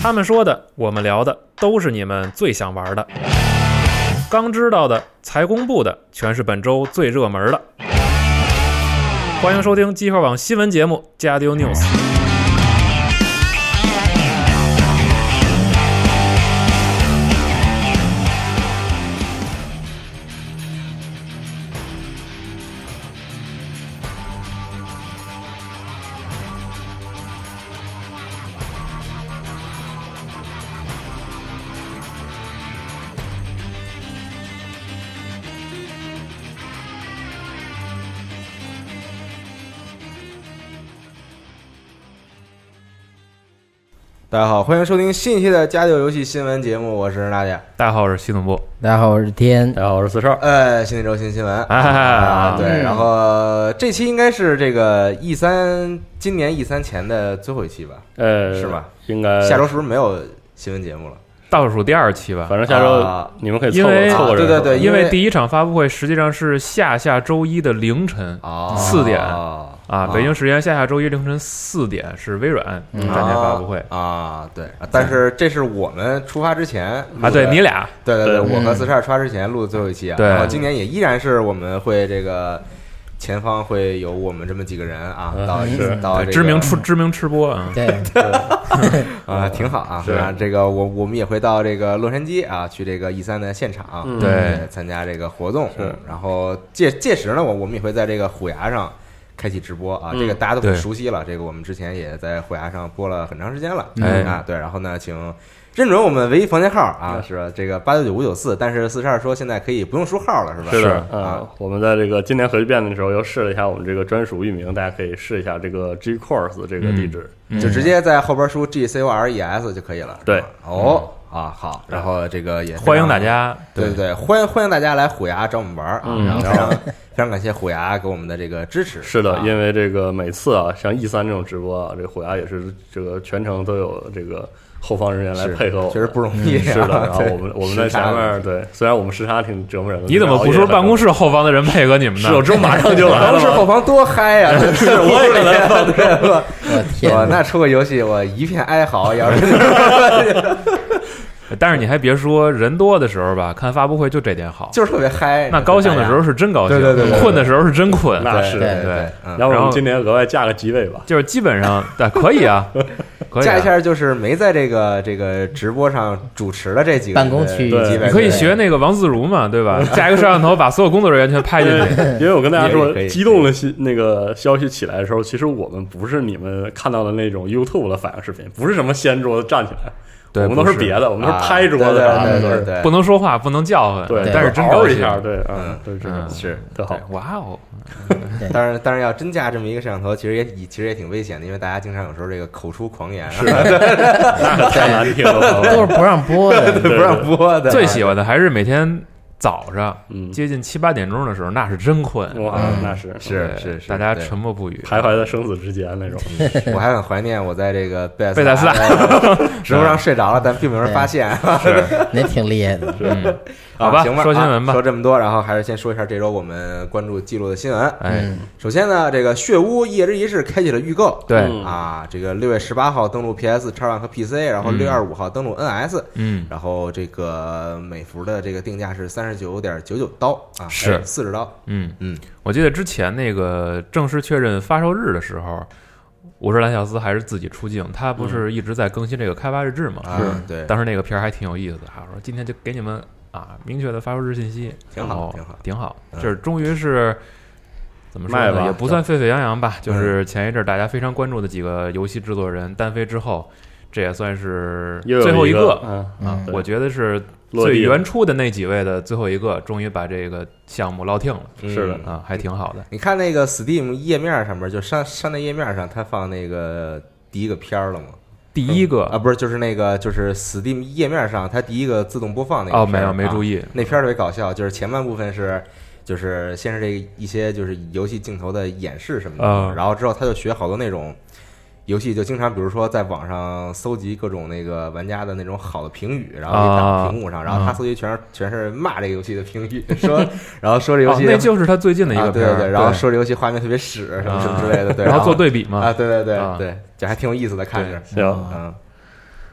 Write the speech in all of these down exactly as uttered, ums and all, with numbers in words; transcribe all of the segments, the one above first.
他们说的，我们聊的，都是你们最想玩的。刚知道的，才公布的，全是本周最热门的。欢迎收听机炮网新闻节目《加丢 News》。 大家好，欢迎收听新一期的家就游戏新闻节目，我是娜姐。 大家好，我是系统部。 大家好，我是天。 大家好，我是四少。 呃，新一周新新闻啊， 啊对，然后这期应该是这个 E 三今年 E 三前的最后一期吧？ 呃， 是吧？ 应该下周是不是没有新闻节目了？ 倒数第二期吧， 反正下周你们可以凑合凑合。 对对对， 因为第一场发布会实际上是下下周一的凌晨四点啊，北京时间下下周一凌晨四点是微软展台发布会啊，对。但是这是我们出发之前啊，对你俩， 对对对，我和四十二出发之前录的最后一期啊。 对， 然后今年也依然是我们会这个。前方会有我们这么几个人啊，到到这个知名吃知名吃播啊， 对啊，挺好啊。啊，这个我我们也会到这个洛杉矶啊，去这个 E 三的现场， 对， 参加这个届动。然后届届时呢，我我们也会在这个虎牙上开启直播啊，这个大家都很熟悉了。这个我们之前也在虎牙上播了很长时间了啊。对，然后呢，请。认准我们唯一房间号啊，是这个八九九五九四，但是四十二说现在可以不用输号了，是吧？ 是的啊，我们在这个今年核聚变的时候又试了一下我们这个专属域名，大家可以试一下这个 G course 这个地址， 嗯、就直接在后边输 G C O R E S 就可以了。 对， 哦。啊，好，然后这个也欢迎大家， 对对对，欢迎欢迎大家来虎牙找我们玩啊， 嗯、 然后非常非常感谢虎牙给我们的这个支持。 是的， 啊、 因为这个每次啊，像 E 三这种直播啊，这个虎牙也是这个全程都有这个后方人员来配合我， 确实不容易、啊嗯。是的，然后我们我们在前面，对，虽然我们时差挺折磨人的， 你怎么不说办公室后方的人配合你们呢？ 是，我这马上就来了。 办公室后方多嗨呀！ 是，我也来了，对吧？我天，那出个游戏我一片哀嚎，要是。 但是你还别说，人多的时候吧，看发布会就这点好， 就是特别嗨。 那高兴的时候是真高兴， 对对对， 困的时候是真困， 那是对对。 然后我们今年额外加个机位吧， 就是基本上可以啊，可以加一下，就是没在这个这个直播上主持的这几个办公区域， 你可以学那个王自如嘛，对吧？加一个摄像头，把所有工作人员全拍进去。 因为我跟大家说，激动的那个消息起来的时候，其实我们不是你们看到的那种 YouTube 的反应视频，不是什么掀桌子站起来。 对， 我们都是别的，我们是拍桌子， 对对对， 不能说话，不能叫唤， 对， 但是真高一下，对，嗯，对， 嗯，是特好， 哇哦！ 当然，当然要真架这么一个摄像头，其实也其实也挺危险的，因为大家经常有时候这个口出狂言， 是，那太难听了， 都是不让播的， 不让播的。 最喜欢的还是每天。早上， 嗯， 接近七八点钟的时候，那是真困哇，那是是是是， 大家沉默不语， 徘徊在生死之间那种。 我还很怀念我在这个贝贝塞斯达直播上睡着了，但并没有人发现， 是那挺厉害的。 嗯，好吧， 行吧， 说新闻吧， 说这么多，然后还是先说一下这周我们关注记录的新闻。 哎， 首先呢，这个《血污夜之仪式》开启了预购， 对啊，这个六月十八号登陆 P S、X 和 P C， 然后六月二十五号登陆 N S， 嗯， 然后这个美服的这个定价是三十九点九九刀啊， 是四十刀。 嗯嗯， 我记得之前那个正式确认发售日的时候，五十岚小司还是自己出镜，他不是一直在更新这个开发日志嘛？ 是、嗯，对。 当时那个片儿还挺有意思的，他说今天就给你们啊明确的发售日信息， 挺好，挺好， 挺好。 嗯、 这终于是怎么说呢？也不算沸沸扬扬吧，就是前一阵大家非常关注的几个游戏制作人单飞之后，这也算是最后一个啊、 嗯嗯！我觉得是。最原初的那几位的最后一个，终于把这个项目落听了， 嗯、 是的啊，还挺好的。 你看那个 Steam 页面上面，就商商店页面上，它放那个第一个片儿了吗？ 第一个、 嗯、啊，不是，就是那个，就是 Steam 页面上，它第一个自动播放那个哦，没有，没注意。 啊、那片儿特别搞笑，就是前半部分是，就是先是这个一些就是游戏镜头的演示什么的， 嗯、 然后之后他就学好多那种。游戏就经常，比如说在网上搜集各种那个玩家的那种好的评语，然后给打屏幕上， 啊、 然后他搜集全是、嗯、全是骂这个游戏的评语，说，然后说这游戏、 哦、那就是他最近的一个、 啊，对对对，然后说这游戏画面特别屎什么什么之类的，对， 然后做对比嘛， 啊，对对对、 啊、 对，这还挺有意思的，看着， 行， 嗯。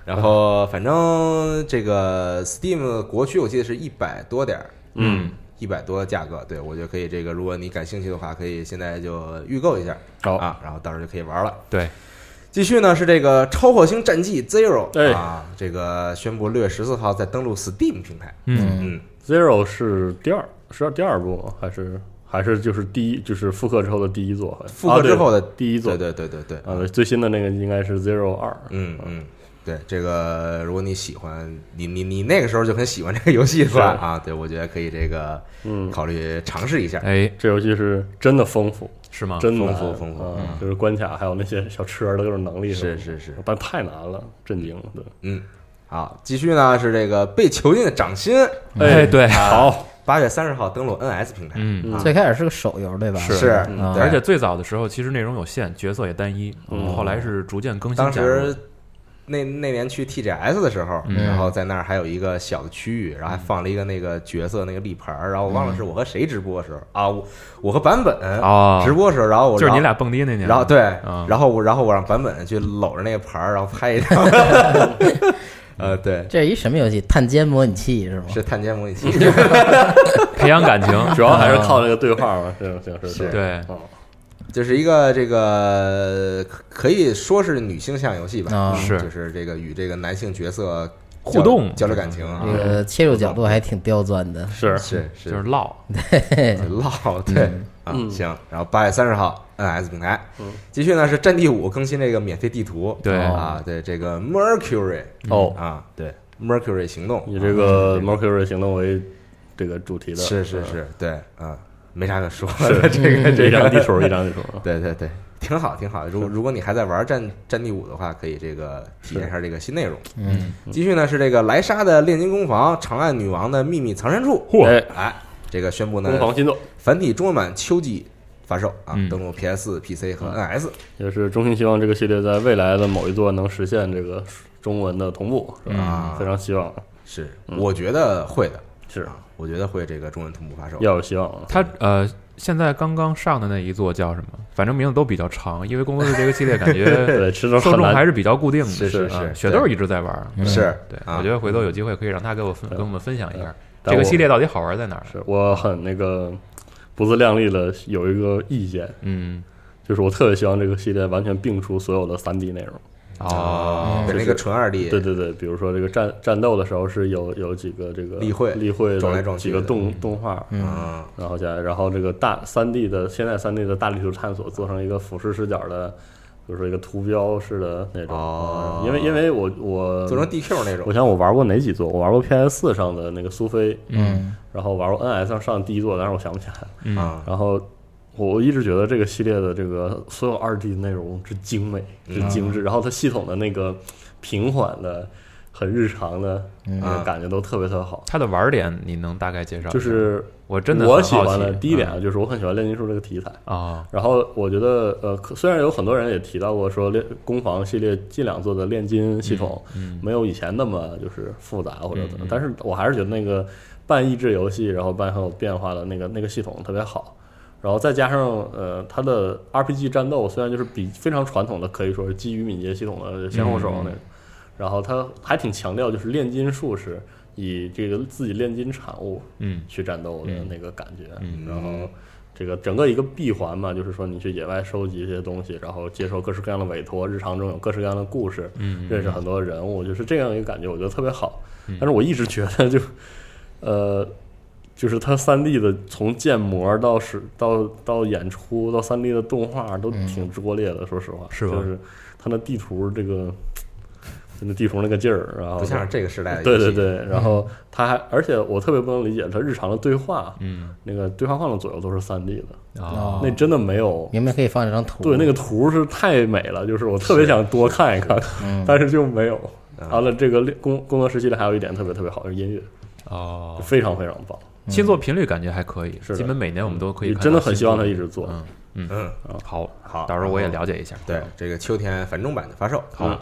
然后反正这个 Steam 国区我记得是一百多点， 嗯， 一百多的价格，对我觉得可以。这个如果你感兴趣的话，可以现在就预购一下， 好啊，然后到时候就可以玩了。 对， 继续呢是这个《超火星战记 Zero》 哎啊，这个宣布六月十四号再登陆 Steam 平台。 嗯嗯 Zero 是第二是第二部吗？还是还是就是第一就是复刻之后的第一作？ 复刻之后的啊第一作， 对对对对对啊，最新的那个应该是 Zero 二。 嗯嗯。对这个，如果你喜欢你你你那个时候就很喜欢这个游戏的话啊，对我觉得可以这个嗯考虑尝试一下。 哎， 这游戏是真的丰富， 是吗？ 真难丰富丰富啊嗯就是关卡还有那些小车的各种能力什么的， 是是是， 但太难了，震惊了。对， 嗯，好，继续呢是这个被囚禁的掌心， 哎，对， 好， 八月三十号登陆 N S 平台。 嗯， 啊最开始是个手游对吧？ 是是， 嗯对而且最早的时候其实内容有限，角色也单一， 嗯后来是逐渐更新当加入。 时那那年去 T G S 的时候， 嗯然后在那儿还有一个小的区域，然后还放了一个那个角色那个立牌儿，然后我忘了是我和谁直播的时候啊，我我和版本哦直播的时候，然后我就是你俩蹦迪那年， 然后对， 嗯然后我然后我让版本去搂着那个牌儿，然后拍一张，呃，对， 这是一什么游戏？探监模拟器是吗？ 是探监模拟器， 培养感情， 主要还是靠那个对话嘛，这种形式。 是对， 哦就是一个这个可以说是女性向游戏吧， 啊是就是这个与这个男性角色互动交流感情啊， 这个切入角度还挺刁钻的。 是是是就是唠， 唠对啊嗯行，然后八月三十号 N S 平台嗯， 继续呢是战地五更新这个免费地图， 对啊，对这个 Mercury 哦， 啊，对 Mercury 行动， 以这个 Mercury 行动为这个主题的， 是是是，对啊，没啥可说是的，这个这一张个地图一张地图， 对对对，挺好挺好。如如果你还在玩战战地五的话，可以这个体验一下这个新内容。 嗯， 继续呢是这个莱莎的炼金工坊，长安女王的秘密藏身处。 嚯哎，这个宣布呢攻，防新作繁体中文版秋季发售啊， 嗯登陆 P S、P C 和 N S。 也是衷心希望这个系列在未来的某一座能实现这个中文的同步，是吧？ 啊非常希望是， 嗯我觉得会的， 是啊，我觉得会这个中文同步发售。 要有希望啊。 他呃，现在刚刚上的那一座叫什么？反正名字都比较长，因为工作室这个系列感觉对，其实受很难众还是比较固定的。 是是啊是雪豆一直在玩， 嗯是对， 啊我觉得回头有机会可以让他给我分对跟我们分享一下但我这个系列到底好玩在哪儿。 是我很那个不自量力的有一个意见， 嗯， 就是我特别希望这个系列完全并出所有的三 D 内容。 哦， 对，那个纯二 D， 对对对，比如说这个战战斗的时候是有有几个这个例会例会撞来的撞去的几个动动画， 嗯， 然后加然后这个大三 D 的现在三 D 的大地图探索做成一个俯视视角的，比如说一个图标式的那种。 哦嗯因为因为我我做成 D Q 那种我。想我玩过哪几座？我玩过 P S 四上的那个苏菲， 嗯， 然后玩过 N S 上上的第一座，但是我想不起来。 嗯， 啊， 然后我一直觉得这个系列的这个所有二 D 内容之精美、之精致，然后它系统的那个平缓的、很日常的那个感觉都特别特别好。 他的玩点你能大概介绍一下？ 就是我真的我很好奇喜欢的第一点啊， 嗯就是我很喜欢炼金术这个题材。 啊， 然后我觉得，呃，可虽然有很多人也提到过说炼攻防系列近两座的炼金系统嗯没有以前那么就是复杂或者怎么嗯， 但是我还是觉得那个半益智游戏，然后半很有变化的那个那个系统特别好。然后再加上呃，它的 R P G 战斗虽然就是比非常传统的，可以说是基于敏捷系统的先后手那种，然后它还挺强调就是炼金术士以这个自己炼金产物嗯去战斗的那个感觉， 嗯然后这个整个一个闭环嘛，就是说你去野外收集这些东西，然后接受各式各样的委托，日常中有各式各样的故事， 嗯， 认识很多人物，就是这样一个感觉，我觉得特别好。 嗯但是我一直觉得就，呃，就是它三 D 的从建模到是到到演出到三 D 的动画都挺拙劣的，说实话， 是吧就是它那地图这个。那地图那个劲儿，然后不像是这个时代的对游戏对对，然后它还，而且我特别不能理解它日常的对话， 嗯那个对话框的左右都是三 D 的， 啊， 那真的没有。 明明可以放这张图。 对，那个图是太美了，就是我特别想多看一看， 嗯但是就没有。 啊完了，这个工工作室系列还有一点特别特别好，就是音乐， 哦， 非常非常棒。 新作频率感觉还可以， 是的基本每年我们都可以看到真的很希望他新一直做作。嗯嗯， 嗯， 好， 好， 到时候我也了解一下。 对，这个秋天繁中版的发售。 好，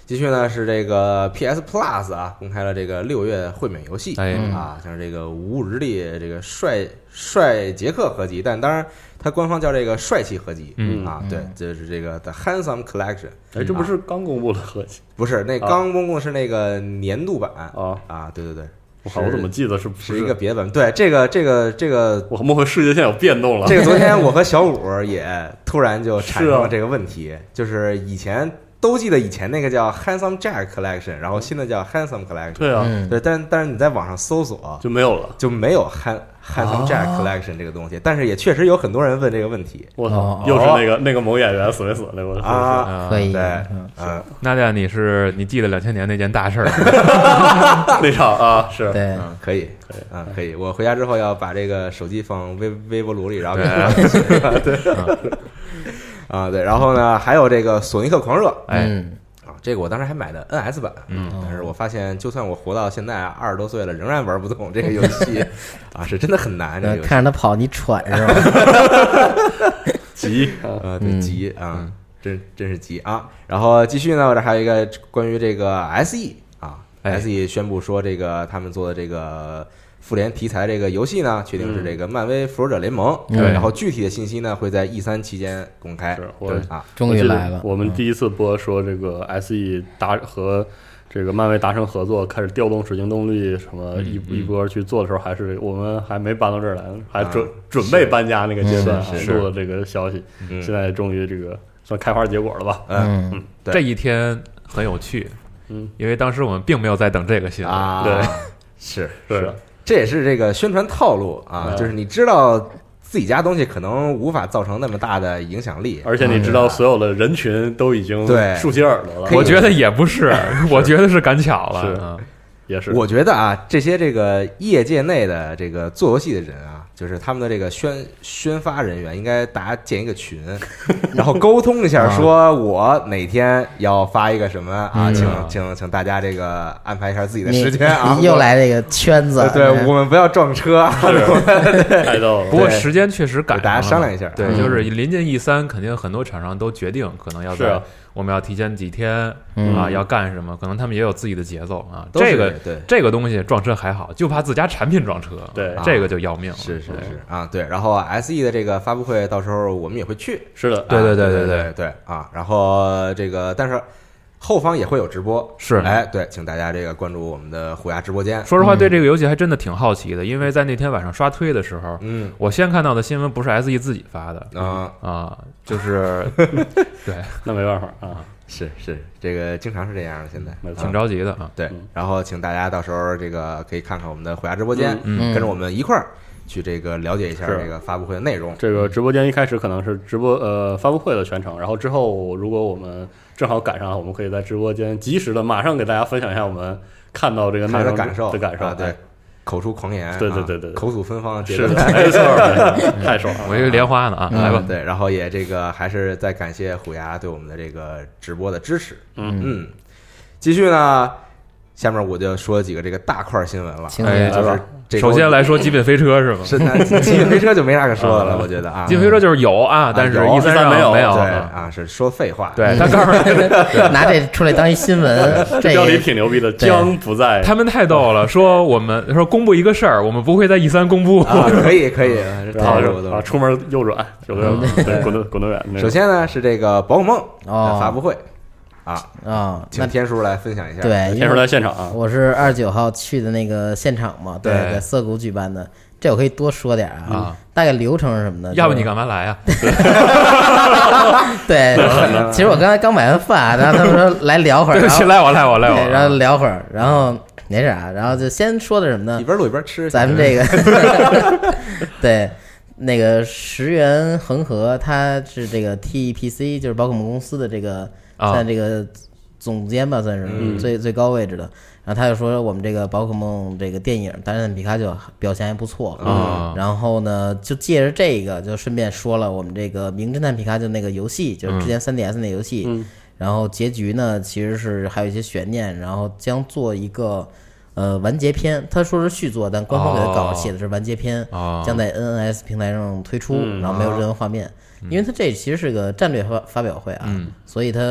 继续呢是这个 P S Plus 啊，公开了这个六月会免游戏， 哎啊，像是这个无日历这个帅帅杰克合集，但当然它官方叫这个帅气合集， 嗯啊，对，就是这个 The Handsome Collection， 哎，这不是刚公布的合集？ 不是，那刚公布的是那个年度版啊啊，对对对， 我靠，我怎么记得是是一个别的版？对，这个这个这个， 我梦回世界线有变动了。 这个昨天我和小五也突然就产生了这个问题，就是以前。都记得以前那个叫 Handsome Jack Collection， 然后新的叫 Handsome Collection。 对啊， 对，但但是你在网上搜索就没有了， 就没有 Han Handsome Jack Collection 这个东西。但是也确实有很多人问这个问题。 我操，又是那个那个某演员死没死那个啊？ 可以， 对，嗯， 娜姐，你是你记得两千年那件大事儿那场啊？是， 对， 嗯，可以， 可以， 嗯，可以。我回家之后要把这个手机放微微波炉里，然后对。 啊，对，然后呢，还有这个《索尼克狂热》， 哎， 啊，这个我当时还买的 N S 版， 嗯， 但是我发现，就算我活到现在二十多岁了，仍然玩不懂这个游戏，啊，是真的很难。这个游戏看着他跑，你喘是吧？ 急， 呃，对，急啊，真真是急啊。然后继续呢，我这还有一个关于这个 S E 啊 ，S E 宣布说，这个他们做的这个。复联题材这个游戏呢，确定是这个漫威复仇者联盟， 嗯、 然后具体的信息呢会在 E 三期间公开。 是，我啊， 终于来了。 我们第一次播说这个 S E 达和这个漫威达成合作，开始调动水晶动力什么一、嗯、一波去做的时候，还是我们还没搬到这儿来，还准、啊、准备搬家那个阶段啊，录了这个消息， 嗯、 现在终于这个算开花结果了吧？ 嗯嗯， 这一天很有趣，嗯，因为当时我们并没有在等这个新闻， 啊、 对， 是是的。 这也是这个宣传套路啊，就是你知道自己家东西可能无法造成那么大的影响力， 而且你知道所有的人群都已经对竖起耳朵了。 我觉得也不是，我觉得是赶巧了， 是嗯、 也是。 我觉得啊，这些这个业界内的这个做游戏的人啊，就是他们的这个宣宣发人员，应该大家建一个群，然后沟通一下，说我哪天要发一个什么啊，请请请大家这个安排一下自己的时间啊。 又来这个圈子， 对我们不要撞车， 太逗了。 不过时间确实赶上了， 大家商量一下。 对，就是临近 E 三，肯定很多厂商都决定可能要在我们要提前几天啊，要干什么，可能他们也有自己的节奏啊。这个这个东西撞车还好，就怕自家产品撞车， 对， 这个就要命了。 是是是啊，对。然后 S E 的这个发布会，到时候我们也会去。 是的， 对对对对对对啊。然后这个，但是后方也会有直播， 是哎，对，请大家这个关注我们的虎牙直播间。 说实话，对这个游戏还真的挺好奇的，因为在那天晚上刷推的时候， 嗯， 我先看到的新闻不是 S E 自己发的啊啊，就是对， 那没办法啊。 是是，这个经常是这样的，现在挺着急的啊。 对，然后请大家到时候这个可以看看我们的虎牙直播间， 嗯， 跟着我们一块儿去这个了解一下这个发布会的内容。 这个直播间一开始可能是直播呃发布会的全程，然后之后如果我们正好赶上，我们可以在直播间及时的马上给大家分享一下我们看到这个内容的感受的感受， 对。口出狂言， 对对对对， 口吐芬芳， 是没错，太爽了！ 我以为莲花呢啊，来吧。 对，然后也这个还是再感谢虎牙对我们的这个直播的支持。 嗯嗯，继续呢，下面我就说几个这个大块新闻了。 哎， 就是首先来说极品飞车是吗？ 是的，极品飞车就没啥可说的了，我觉得啊， 极品飞车就是有啊，但是一三没有没有， 对啊，是说废话。 对他告诉你， 拿这出来当一新闻，这标题挺牛逼的，将不在。 他们太逗了，说我们说公布一个事儿，我们不会在 E 三公布啊，可以可以， 套路啊，出门右转，有的滚得滚得远。 首先呢是这个宝可梦发布会。啊啊！ 请天叔来分享一下。 对， 天叔来现场啊！ 我是二十九号去的那个现场嘛，对，在涩谷举办的。这我可以多说点啊，大概流程是什么呢？ 要不你干嘛来呀？ 对，其实我刚才刚买完饭，然后他们说来聊会儿， 对不起，来我来我来我， 然后聊会儿，然后没啥，然后就先说的什么呢？ 一边录一边吃。 咱们这个对。那个石原恒河，他是这个 T E P C， 就是宝可梦公司的这个算这个总监吧，算是最、嗯、最高位置的。然后他就说我们这个宝可梦这个电影《大侦探皮卡丘》表现还不错， 嗯， 然后呢就借着这个就顺便说了我们这个《名侦探皮卡丘》那个游戏，就是之前 三 D S 那游戏， 嗯， 然后结局呢其实是还有一些悬念，然后将做一个。呃，完结篇，他说是续作，但官方给他稿写的是完结篇， 哦、 将在 N N S 平台上推出， 嗯、 然后没有任何画面， 嗯、 因为他这其实是个战略发发表会啊， 嗯、 所以他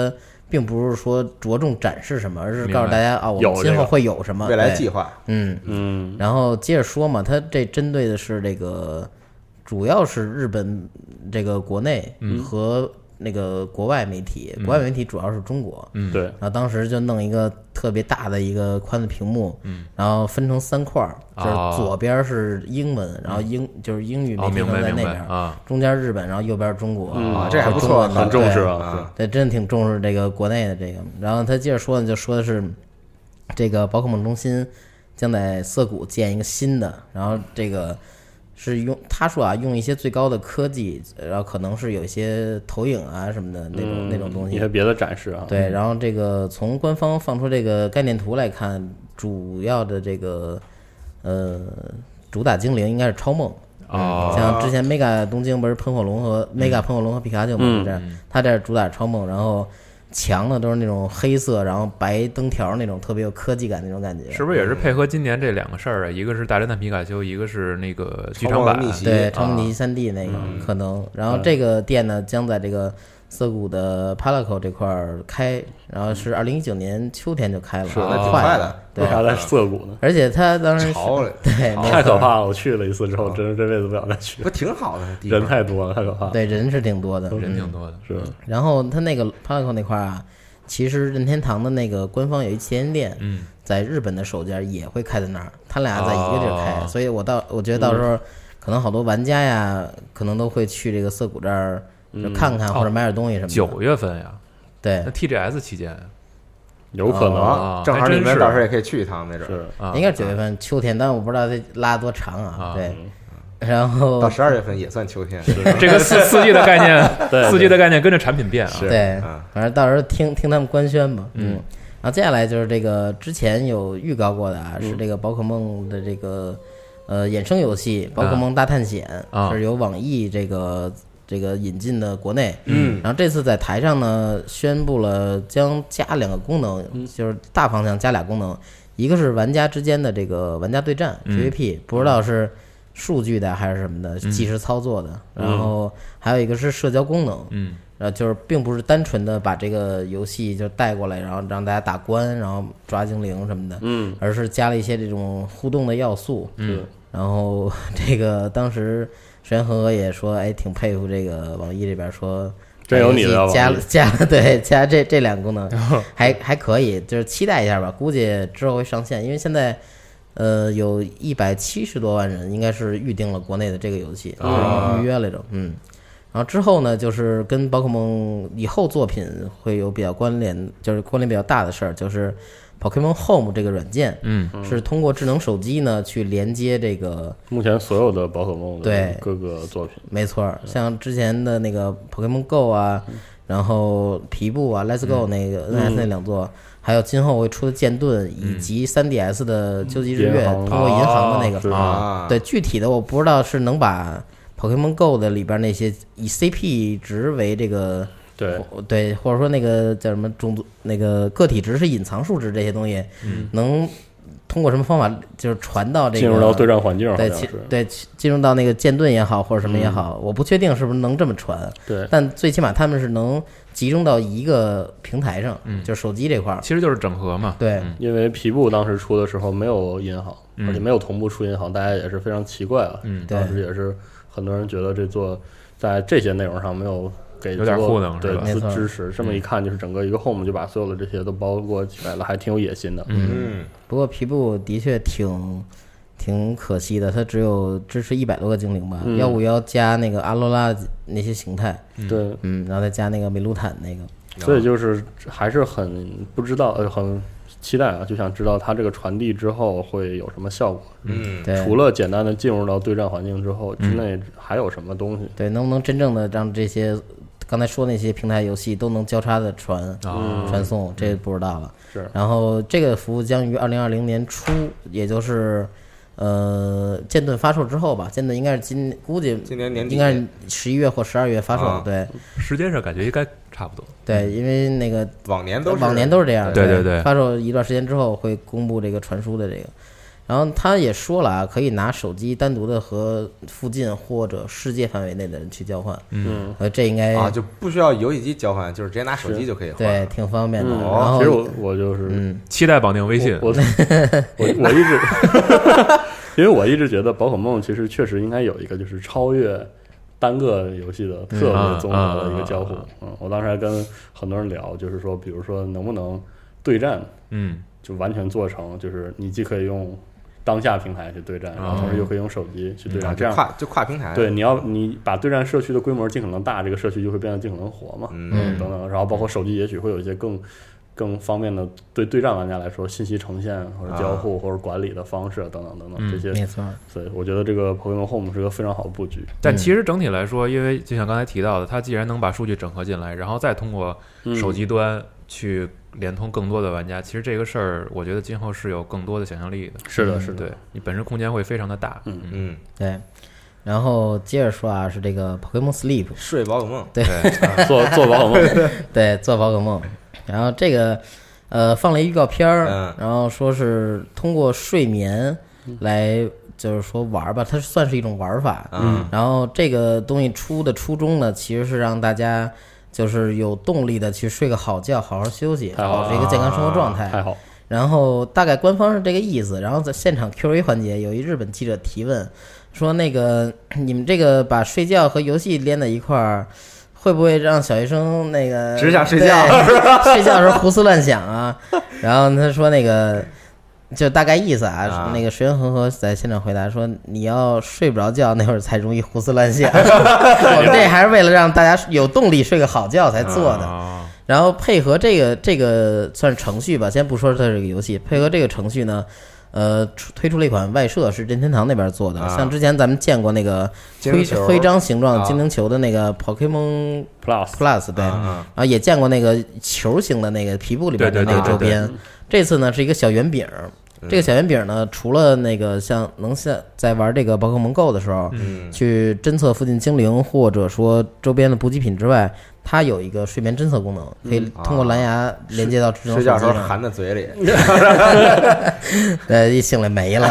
并不是说着重展示什么，而是告诉大家啊，我们今后会有什么未来计划。 嗯嗯。然后接着说嘛，它这针对的是这个，主要是日本这个国内和那个国外媒体， 嗯、 国外媒体主要是中国。 嗯， 对。 然后当时就弄一个特别大的一个宽的屏幕，嗯，然后分成三块，就是左边是英文，哦、然后英就是英语媒体在那边， 哦、 中间日本，然后右边中国， 嗯、啊，这还不错， 很重视啊， 对，真的挺重视这个国内的这个。然后他接着说呢，就说的是这个宝可梦中心将在涩谷建一个新的，然后这个。是用他说啊，用一些最高的科技，然后可能是有一些投影啊什么的那种、嗯、那种东西， 一些别的展示啊。 对，然后这个从官方放出这个概念图来看，主要的这个呃主打精灵应该是超梦啊、 嗯，像之前 Mega 东京不是喷火龙和、嗯、Mega 喷火龙和皮卡丘嘛，这、嗯、他这主打超梦，然后。墙呢都是那种黑色，然后白灯条那种特别有科技感那种感觉， 是不是也是配合今年这两个事儿啊？一个是大侦探皮卡丘，一个是那个剧场版， 对，超梦逆袭三 D 那个、嗯、可能。然后这个店呢将在这个涩谷的 Palaco 这块开，然后是二零一九年秋天就开了， 是那挺快的。 对， 为啥在涩谷呢？ 而且他当时对太可怕了，我去了一次之后，真是这辈子不想再去。 不挺好的， 人太多了，太可怕了。 对，人是挺多的， 人挺多的， 是。 然后他那个 Palaco 那块啊，其实任天堂的那个官方有一旗舰店，嗯，在日本的首家也会开在那儿，他俩在一个地儿开， 哦、 所以我到我觉得到时候可能好多玩家呀，可能都会去这个涩谷这儿就看看或者买点东西什么的。 九、哦、月份呀， 对， 那 T G S 期间。 有可能、 哦，正好你们到时候也可以去一趟，没准是、 啊、应该是九月份、啊、秋天，但我不知道这拉多长啊。啊对，然后到十二月份也算秋天， 这个四四季的概念，四季的概念跟着产品变啊。 对，啊、反正到时候听听他们官宣吧。嗯，然后接下来就是这个之前有预告过的啊，嗯、是这个宝可梦的这个呃衍生游戏《宝可梦大探险》啊，是由网易这个。这个引进的国内，嗯，然后这次在台上呢宣布了将加两个功能，嗯、就是大方向加俩功能，一个是玩家之间的这个玩家对战 P V P，、嗯、不知道是数据的还是什么的，即时操作的， 嗯、 然后还有一个是社交功能， 嗯， 呃，就是并不是单纯的把这个游戏就带过来，然后让大家打关，然后抓精灵什么的， 嗯， 而是加了一些这种互动的要素， 嗯， 然后这个当时。玄和也说，哎，挺佩服这个网易这边说， 真有你的加了加了，对，加这这两个功能还还可以，就是期待一下吧，估计之后会上线，因为现在呃有一百七十多万人应该是预定了国内的这个游戏， 啊、 预约来着，嗯，然后之后呢，就是跟宝可梦以后作品会有比较关联，就是关联比较大的事儿，就是。Pokemon Home 这个软件， 嗯， 是通过智能手机呢去连接这个目前所有的宝可梦的各个作品， 没错，像之前的那个 Pokemon Go 啊，嗯、然后皮布啊 ，Let's Go 那个 N S 那两座，嗯、还有今后会出的剑盾，以及 三 D S 的究极日月， 嗯、 通过银行的那个， 啊， 对，具体的我不知道是能把 Pokemon Go 的里边那些以 C P 值为这个。 对对，或者说那个叫什么种族，那个个体值是隐藏数值这些东西， 嗯， 能通过什么方法就是传到这个进入到对战环境， 对对，进入到那个剑盾也好或者什么也好， 嗯、 我不确定是不是能这么传， 对， 但最起码他们是能集中到一个平台上， 嗯， 就是手机这块儿， 其实就是整合嘛， 对， 嗯、因为皮布当时出的时候没有银行，嗯、而且没有同步出银行，大家也是非常奇怪了， 嗯， 当时也是很多人觉得这座在这些内容上没有。给有点糊弄， 对支持，这么一看就是整个一个 home 就把所有的这些都包裹起来了，还挺有野心的。 嗯， 不过皮布的确挺挺可惜的，它只有支持一百多个精灵吧，幺五幺加那个阿罗拉那些形态， 对， 嗯，然后再加那个美露坦那个， 所以就是还是很不知道，呃，很期待啊，就想知道它这个传递之后会有什么效果。 嗯， 对， 除了简单的进入到对战环境之后，之内还有什么东西？ 对，能不能真正的让这些？刚才说那些平台游戏都能交叉的传、 哦、 传送，这不知道了。 是， 然后这个服务将于二零二零年初，也就是呃剑盾发售之后吧，剑盾应该是今估计今年年底应该是十一月或十二月发售。啊、对， 时间上感觉应该差不多。 对，因为那个往年都是往年都是这样。 对对对， 发售一段时间之后会公布这个传输的这个。 然后他也说了啊，可以拿手机单独的和附近或者世界范围内的人去交换。 嗯， 呃，这应该啊就不需要游戏机交换，就是直接拿手机就可以换。 对，挺方便的。 嗯、 然后其实我我就是嗯， 期待绑定微信。 我我我我一直，因为我一直觉得宝可梦其实确实应该有一个就是超越单个游戏的特别综合的一个交互。嗯，我当时还跟很多人聊，就是说，比如说能不能对战， 嗯， 就完全做成就是你既可以用当下平台去对战，然后同时又可以用手机去对战， 嗯、 这样跨就跨平台。 对，你要你把对战社区的规模尽可能大，这个社区就会变得尽可能活嘛， 嗯， 等等。然后包括手机也许会有一些更更方便的对对战玩家来说，信息呈现或者交互或者管理的方式等等等等、 嗯、 这些。 没错。 所以我觉得这个 Pokemon Home 是个非常好的布局。 但其实整体来说，因为就像刚才提到的，它既然能把数据整合进来，然后再通过手机端去连通更多的玩家，其实这个事儿，我觉得今后是有更多的想象力的。 是的，是的， 对你本身空间会非常的大。 嗯嗯， 对。然后接着说啊，是这个 Pokemon Sleep 睡宝可梦， 对， 对做做宝可梦， 对，做宝可梦。然后这个呃放了一预告片儿、 嗯， 然后说是通过睡眠来就是说玩吧，它算是一种玩法。 嗯， 然后这个东西出的初衷呢，其实是让大家就是有动力的去睡个好觉，好好休息，保持一个健康生活状态。 太好。 然后大概官方是这个意思。然后在现场 Q A 环节，有一日本记者提问说：“那个你们这个把睡觉和游戏连在一块儿，会不会让小学生那个只想睡觉， 睡觉的时候胡思乱想啊？”然后他说：“那个就大概意思啊。啊”那个石原恒河在现场回答说：“你要睡不着觉，那会儿才容易胡思乱想。我们这还是为了让大家有动力睡个好觉才做的。啊”然后配合这个这个算是程序吧，先不说它这个游戏，配合这个程序呢，呃，推出了一款外设，是任天堂那边做的。啊、像之前咱们见过那个徽徽章形状精灵球的那个 Pokemon Plus Plus， 对， 啊、 然后也见过那个球形的那个皮部里边的那个周边。 对对对对对， 这次呢是一个小圆饼。这个小圆饼呢，除了那个像能像在玩这个宝可梦 Go 的时候， 嗯， 去侦测附近精灵或者说周边的补给品之外，它有一个睡眠侦测功能，可以通过蓝牙连接到智能手机上。 睡觉时候含在嘴里， 呃，一醒来没了。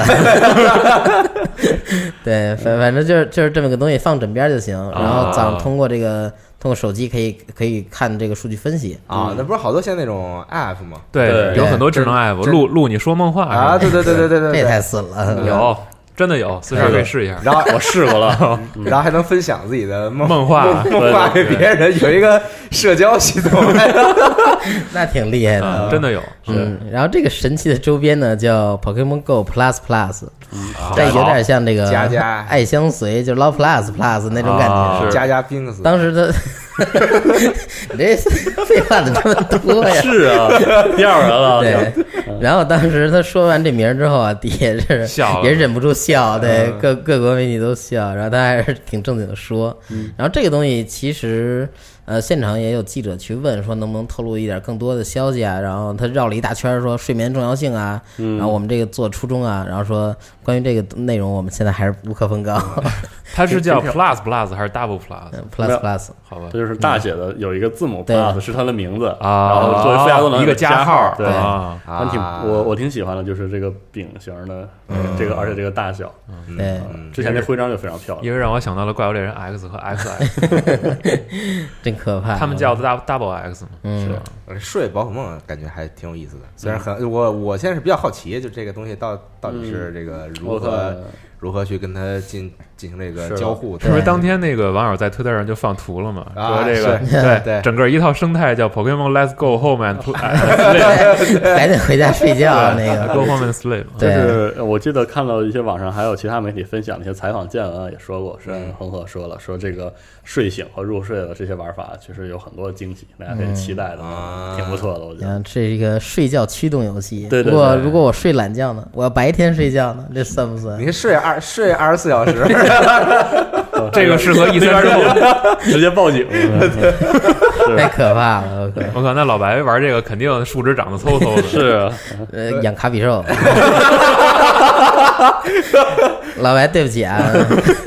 对，反反正就是就是这么个东西，放枕边就行。然后早上通过这个。通过手机可以可以看这个数据分析啊，那不是好多像那种 app 吗？ 对，有很多智能 app 录录你说梦话啊，对对对对对对， 这太损了。 有，真的有，四十二可以试一下。 然后我试过了， 然后还能分享自己的梦梦话， 梦话给别人，有一个社交系统， 那挺厉害的， 真的有。 嗯，然后这个神奇的周边呢叫 Pokemon Go Plus Plus。这有点像这个加加爱相随，就捞 plus plus 那种感觉。 加加冰丝， 当时他，你这废话怎么这么多呀？ 是啊，第二人了。 对，然后当时他说完这名之后啊，底下是笑， 也忍不住笑，对，各各国媒体都笑，然后他还是挺正经的说。然后这个东西其实。呃，现场也有记者去问说能不能透露一点更多的消息啊，然后他绕了一大圈说睡眠重要性啊， 嗯、 然后我们这个做初衷啊，然后说关于这个内容我们现在还是无可奉告。 它是叫 Plus Plus 还是 Double Plus？Plus Plus， 好吧， 这就是大写的有一个字母 Plus 是它的名字啊， 然后作为附加功能一个加号， 对啊， 挺我我挺喜欢的，就是这个饼型的这个，而且这个大小， 对， 之前那徽章就非常漂亮， 因为让我想到了怪物猎人 X 和 X X， 真可怕。 他们叫 Double X 嘛， 嗯， 是睡宝可梦感觉还挺有意思的，虽然很我我现在是比较好奇，就这个东西到到底是这个如何。如何去跟他进进行这个交互？ 是不是当天那个网友在推特上就放图了嘛？ 说这个对对，整个一套生态叫 Pokemon Let's Go Home and Sleep， 还得回家睡觉那个 Go Home and Sleep。 就是我记得看到一些网上还有其他媒体分享的一些采访见闻也说过，是恒河说了，说这个睡醒和入睡的这些玩法其实有很多惊喜，大家可以期待的，挺不错的。我觉得这是一个睡觉驱动游戏。 对对。 如果如果我睡懒觉呢？我要白天睡觉呢？这算不算？ 你睡二睡二十四小时， 这个适合一三之后直接报警， 太可怕了！ 我靠，那老白玩这个肯定数值长得嗖嗖的， 是呃养卡比兽。老白，对不起啊。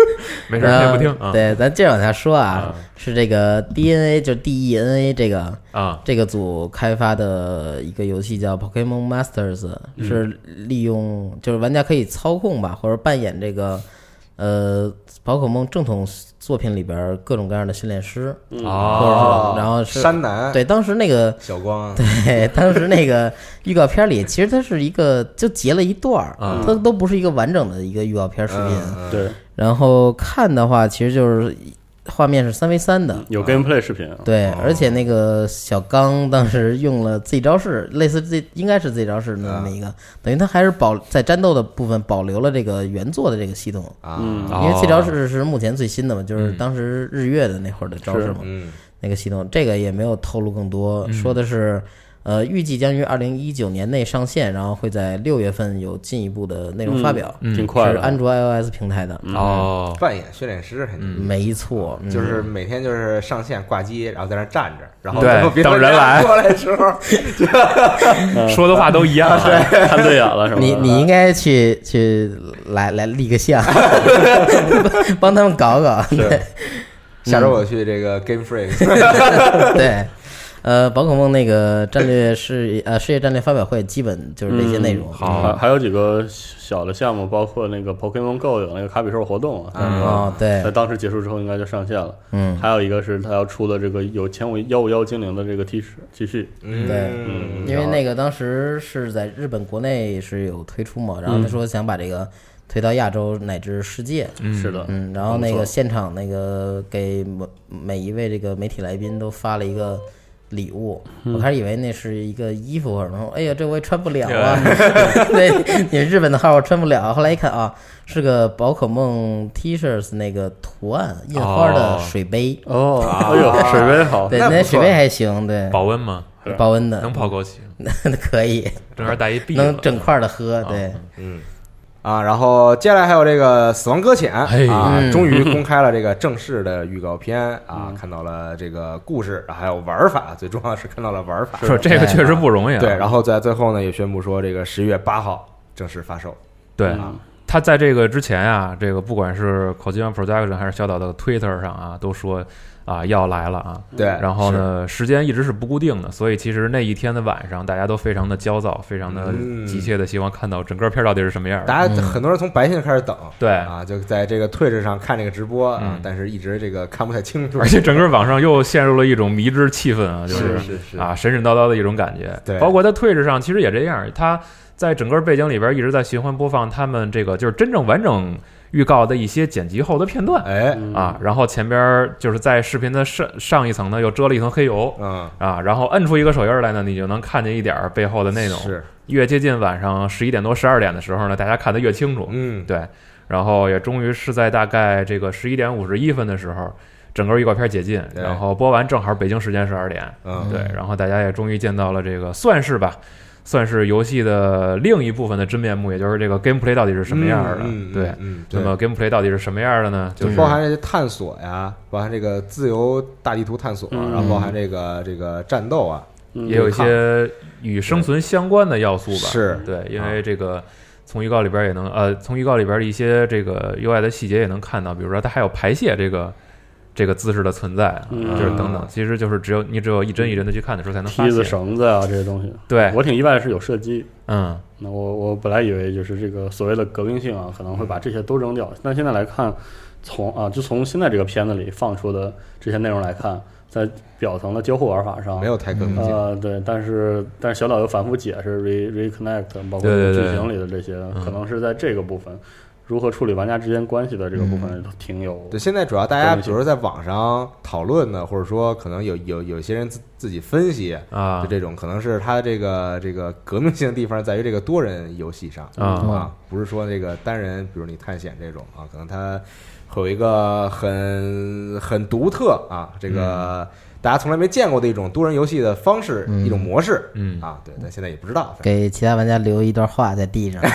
没事，可以不听。 呃、对，咱接着往下说啊，啊是这个 D N A 就是 D E N A 这个啊这个组开发的一个游戏叫 Pokémon Masters，、嗯、是利用就是玩家可以操控吧，或者扮演这个呃宝可梦正统作品里边各种各样的训练师哦， 然后是山南对当时那个小光对当时那个预告片里，其实它是一个就截了一段， 嗯、 它都不是一个完整的一个预告片视频。 嗯嗯、 对， 然后看的话，其实就是画面是三 v 三的， 有 gameplay 视频、啊。 对、 哦， 而且那个小刚当时用了 Z 招式，类似 Z 应该是 Z 招式的那么一个，啊、等于他还是保在战斗的部分保留了这个原作的这个系统啊， 因为 Z 招式是目前最新的嘛，就是当时日月的那会儿的招式嘛， 嗯， 那个系统这个也没有透露更多， 嗯、 说的是。呃，预计将于二零一九年内上线，然后会在六月份有进一步的内容发表， 嗯， 挺快的， 是安卓 iOS 平台的。 哦， 扮演训练师， 嗯，没错， 嗯、就是每天就是上线挂机，然后在那站着，然后对等人来过来的时候， 说的话都一样， 对，看对眼了是吧？ 你你应该去去来来立个像，帮他们搞搞。对， 下周我去这个 Game Freak， 对。呃，宝可梦那个战略是呃世界战略发表会，基本就是这些内容。 嗯、好，还还有几个小的项目，包括那个 Pokemon Go 有那个卡比兽活动啊， 嗯哦对， 在当时结束之后应该就上线了。 嗯， 还有一个是它要出的这个有前五幺五幺精灵的这个 T 恤 T 恤。 嗯，对，嗯，因为那个当时是在日本国内是有推出嘛，然后他说想把这个推到亚洲乃至世界。 嗯，是的， 嗯，然后那个现场那个给每每一位这个媒体来宾都发了一个礼物，我开始以为那是一个衣服，然后哎呀，这我也穿不了啊。对，你日本的号我穿不了。后来一看啊，是个宝可梦 T 恤那个图案印花的水杯。 哦，哎呦，水杯好， 对，那水杯还行，对， 保温吗？ 保温的， 能泡枸杞， 可以， 正好带一臂， 能整块的喝，对， 嗯。啊，然后接下来还有这个《死亡搁浅》啊， 嗯、 终于公开了这个正式的预告片啊，嗯、看到了这个故事，还有玩法，最重要是看到了玩法。 说这个确实不容易啊。 对，然后在最后呢，也宣布说这个十月八号正式发售。 对啊， 他在这个之前啊，这个不管是 Kojima Production 还是小岛的 Twitter 上啊，都说。啊，要来了啊！ 对， 然后呢，时间一直是不固定的，所以其实那一天的晚上，大家都非常的焦躁，非常的急切的希望看到整个片到底是什么样的。 大家很多人从白天就开始等， 对啊，就在这个 Twitch 上看这个直播啊，但是一直这个看不太清楚， 而且整个网上又陷入了一种迷之气氛啊，就是是是啊神神叨叨的一种感觉。 对， 包括在 Twitch 上其实也这样，他在整个背景里边一直在循环播放他们这个就是真正完整预告的一些剪辑后的片段， 哎啊，然后前边就是在视频的上上一层呢又遮了一层黑油， 嗯啊，然后摁出一个手印来呢，你就能看见一点背后的内容。 是越接近晚上十一点多、十二点的时候呢，大家看得越清楚。 嗯， 对。然后也终于是在大概这个十一点五十一分的时候，整个预告片解禁，然后播完正好北京时间十二点， 嗯， 对，然后大家也终于见到了这个算是吧。算是游戏的另一部分的真面目，也就是这个 gameplay 到底是什么样的？ 嗯嗯、 对， 嗯， 那么 gameplay 到底是什么样的呢？ 就包含这些探索呀，包含这个自由大地图探索， 嗯、 然后包含这个这个战斗啊， 嗯、也有一些与生存相关的要素吧。 是对，因为这个从预告里边也能呃，从预告里边的一些这个 U I 的细节也能看到，比如说它还有排泄这个。这个姿势的存在， 嗯、 就是等等，其实就是只有你只有一帧一帧的去看的时候才能发现。 梯子、绳子啊这些东西， 对我挺意外的是有射击。 嗯， 那我我本来以为就是这个所谓的革命性啊，可能会把这些都扔掉，但现在来看，从啊就从现在这个片子里放出的这些内容来看，在表层的交互玩法上没有太革命性。 呃，对，但是但是小岛又反复解释 re reconnect， 包括剧情里的这些， 对对对可能是在这个部分。如何处理玩家之间关系的这个部分挺有、 嗯、对，现在主要大家比如说在网上讨论的，或者说可能有有有些人自自己分析啊， 就这种可能是它这个这个革命性的地方在于这个多人游戏上啊啊，不是说这个单人，比如你探险这种啊，可能它会有一个很很独特啊，这个。嗯大家从来没见过的一种多人游戏的方式，嗯、一种模式， 嗯啊，对，但现在也不知道。 给其他玩家留一段话在地上，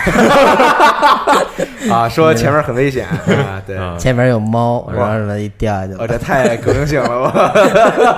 啊，说前面很危险啊，对， 前面有猫，然后什么一掉下去了， 哦，这太革命性了，我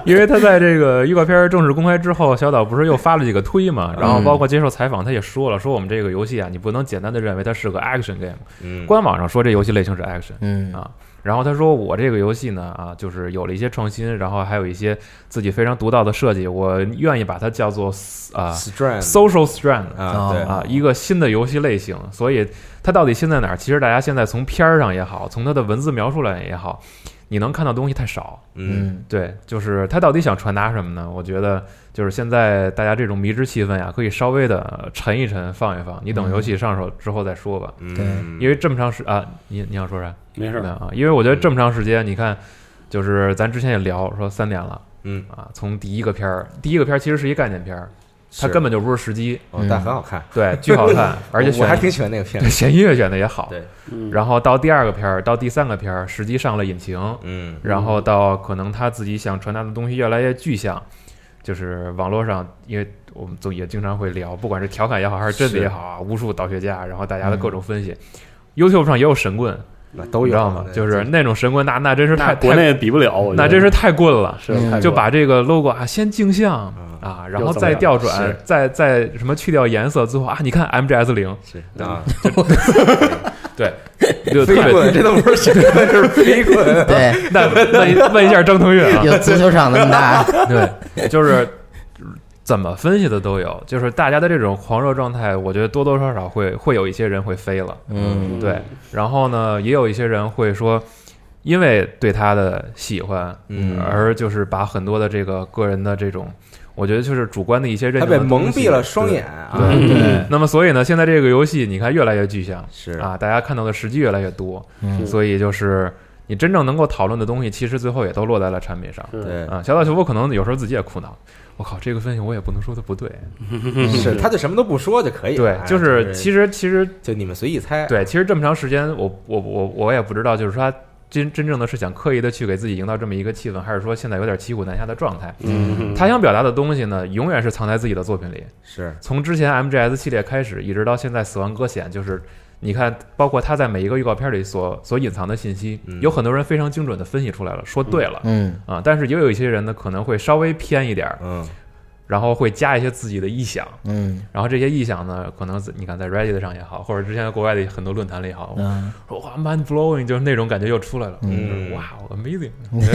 因为他在这个预告片正式公开之后，小岛不是又发了几个推嘛，然后包括接受采访，他也说了，说我们这个游戏啊，你不能简单的认为它是个 action game，嗯，官网上说这游戏类型是 action，嗯啊。然后他说我这个游戏呢啊，就是有了一些创新，然后还有一些自己非常独到的设计，我愿意把它叫做啊 social strand 啊，对啊，一个新的游戏类型。所以它到底新在哪儿？其实大家现在从片儿上也好，从它的文字描述来也好，你能看到东西太少。 嗯， 对，就是他到底想传达什么呢？我觉得就是现在大家这种迷之气氛呀，可以稍微的沉一沉，放一放。你等游戏上手之后再说吧。 嗯， 对， 因为这么长时啊，你你想说啥？ 没事啊，因为我觉得这么长时间，你看，就是咱之前也聊说三点了， 嗯啊，从第一个片儿，第一个片儿其实是一概念片儿，它根本就不是实机， 哦，但很好看， 对，巨好看，而且我还挺喜欢那个片对，选音乐选的也好， 对， 然后到第二个片儿，到第三个片儿，实际上了引擎， 嗯， 然后到可能他自己想传达的东西越来越具象，就是网络上，因为我们总也经常会聊，不管是调侃也好，还是真的也好啊，无数导学家，然后大家的各种分析、嗯、，YouTube 上也有神棍。 那都有， 你知道吗？就是那种神棍，那那真是太国内比不了，我那真是太棍了。 是， 就把这个 logo 啊，先镜像、嗯、啊，然后再调转，再再什么去掉颜色，最后啊，你看 M G S 零是啊， 对，就特别这都不是神棍，这是飞棍。 对， 那问问一下张腾岳啊， 有足球场那么大， 对，就是。怎么分析的都有，就是大家的这种狂热状态，我觉得多多少少会会有一些人会飞了， 嗯， 对。然后呢，也有一些人会说，因为对他的喜欢， 嗯， 而就是把很多的这个个人的这种，我觉得就是主观的一些认定，他被蒙蔽了双眼啊， 对对、嗯。那么所以呢，现在这个游戏你看越来越具象， 是啊，大家看到的时机越来越多， 嗯， 所以就是你真正能够讨论的东西，其实最后也都落在了产品上， 对啊。小岛秀夫可能有时候自己也苦恼。我靠，这个分析我也不能说它不对， 是他就什么都不说就可以了。 对，就是其实其实就你们随意猜。 对，其实这么长时间，我我我我也不知道，就是说他真真正的是想刻意的去给自己营造这么一个气氛，还是说现在有点骑虎难下的状态。 嗯， 他想表达的东西呢，永远是藏在自己的作品里。 是从之前 M G S 系列开始，一直到现在《死亡搁浅》，就是你看，包括他在每一个预告片里所所隐藏的信息， 嗯、 有很多人非常精准的分析出来了，说对了， 嗯啊，但是也有一些人呢，可能会稍微偏一点， 嗯。 然后会加一些自己的臆想， 嗯， 然后这些臆想呢，可能你看在 Reddit 上也好，或者之前国外的很多论坛里也好， 嗯， 说哇 mind blowing， 就是那种感觉又出来了， 嗯， 哇 amazing，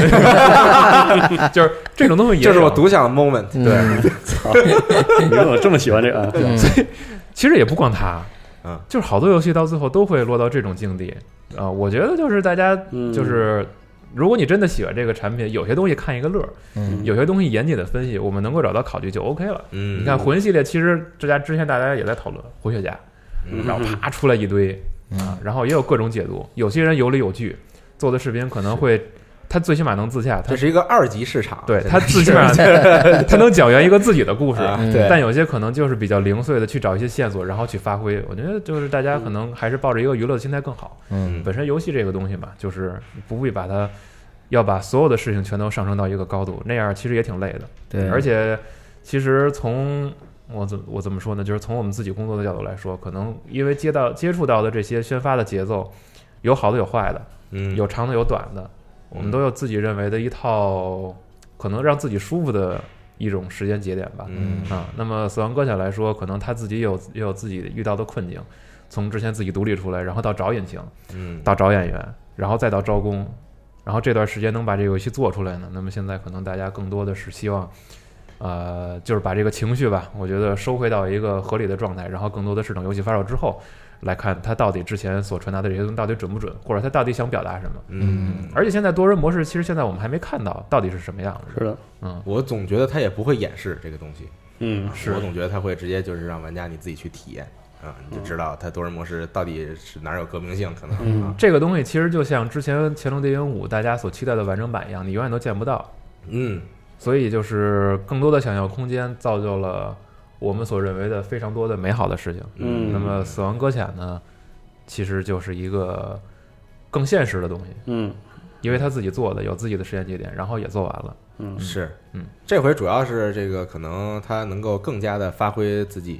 就是这种东西也， 这是我独享的 moment， 对， 操，你怎么这么喜欢这个？ 嗯、所以其实也不光他， 嗯， 就是好多游戏到最后都会落到这种境地啊、呃。我觉得就是大家就是。嗯如果你真的喜欢这个产品，有些东西看一个乐， 嗯， 有些东西严谨的分析，我们能够找到考据就 OK 了。 嗯， 你看魂系列，其实这家之前大家也在讨论活血甲， 嗯、 然后啪出来一堆、 嗯、 啊，然后也有各种解读，有些人有理有据，做的视频可能会，他最起码能自洽， 这是一个二级市场， 对他最起码他能讲圆一个自己的故事， 啊、对， 但有些可能就是比较零碎的去找一些线索，然后去发挥。我觉得就是大家可能还是抱着一个娱乐的心态更好。 嗯， 本身游戏这个东西嘛，就是不必把它。要把所有的事情全都上升到一个高度，那样其实也挺累的。 对， 而且其实从我怎我怎么说呢？就是从我们自己工作的角度来说，可能因为接到接触到的这些宣发的节奏，有好的有坏的， 嗯， 有长的有短的，我们都有自己认为的一套可能让自己舒服的一种时间节点吧。 嗯啊，那么《死亡搁浅》来说，可能他自己也有也有自己遇到的困境，从之前自己独立出来，然后到找引擎， 嗯， 到找演员，然后再到招工。然后这段时间能把这个游戏做出来呢，那么现在可能大家更多的是希望，呃，就是把这个情绪吧，我觉得收回到一个合理的状态，然后更多的是等游戏发售之后来看它到底之前所传达的这些东西到底准不准，或者它到底想表达什么。 嗯， 而且现在多人模式其实现在我们还没看到到底是什么样子。 是的， 嗯， 我总觉得它也不会掩饰这个东西。 嗯， 是我总觉得它会直接就是让玩家你自己去体验。啊，你就知道它多人模式到底是哪有革命性可能、 嗯啊、 这个东西其实就像之前《潜龙谍影五》大家所期待的完整版一样，你永远都见不到。 嗯， 所以就是更多的想象空间造就了我们所认为的非常多的美好的事情。 嗯， 那么《死亡搁浅》呢，其实就是一个更现实的东西。 嗯， 因为他自己做的，有自己的时间节点，然后也做完了。 嗯，是， 嗯， 这回主要是这个可能他能够更加的发挥自己。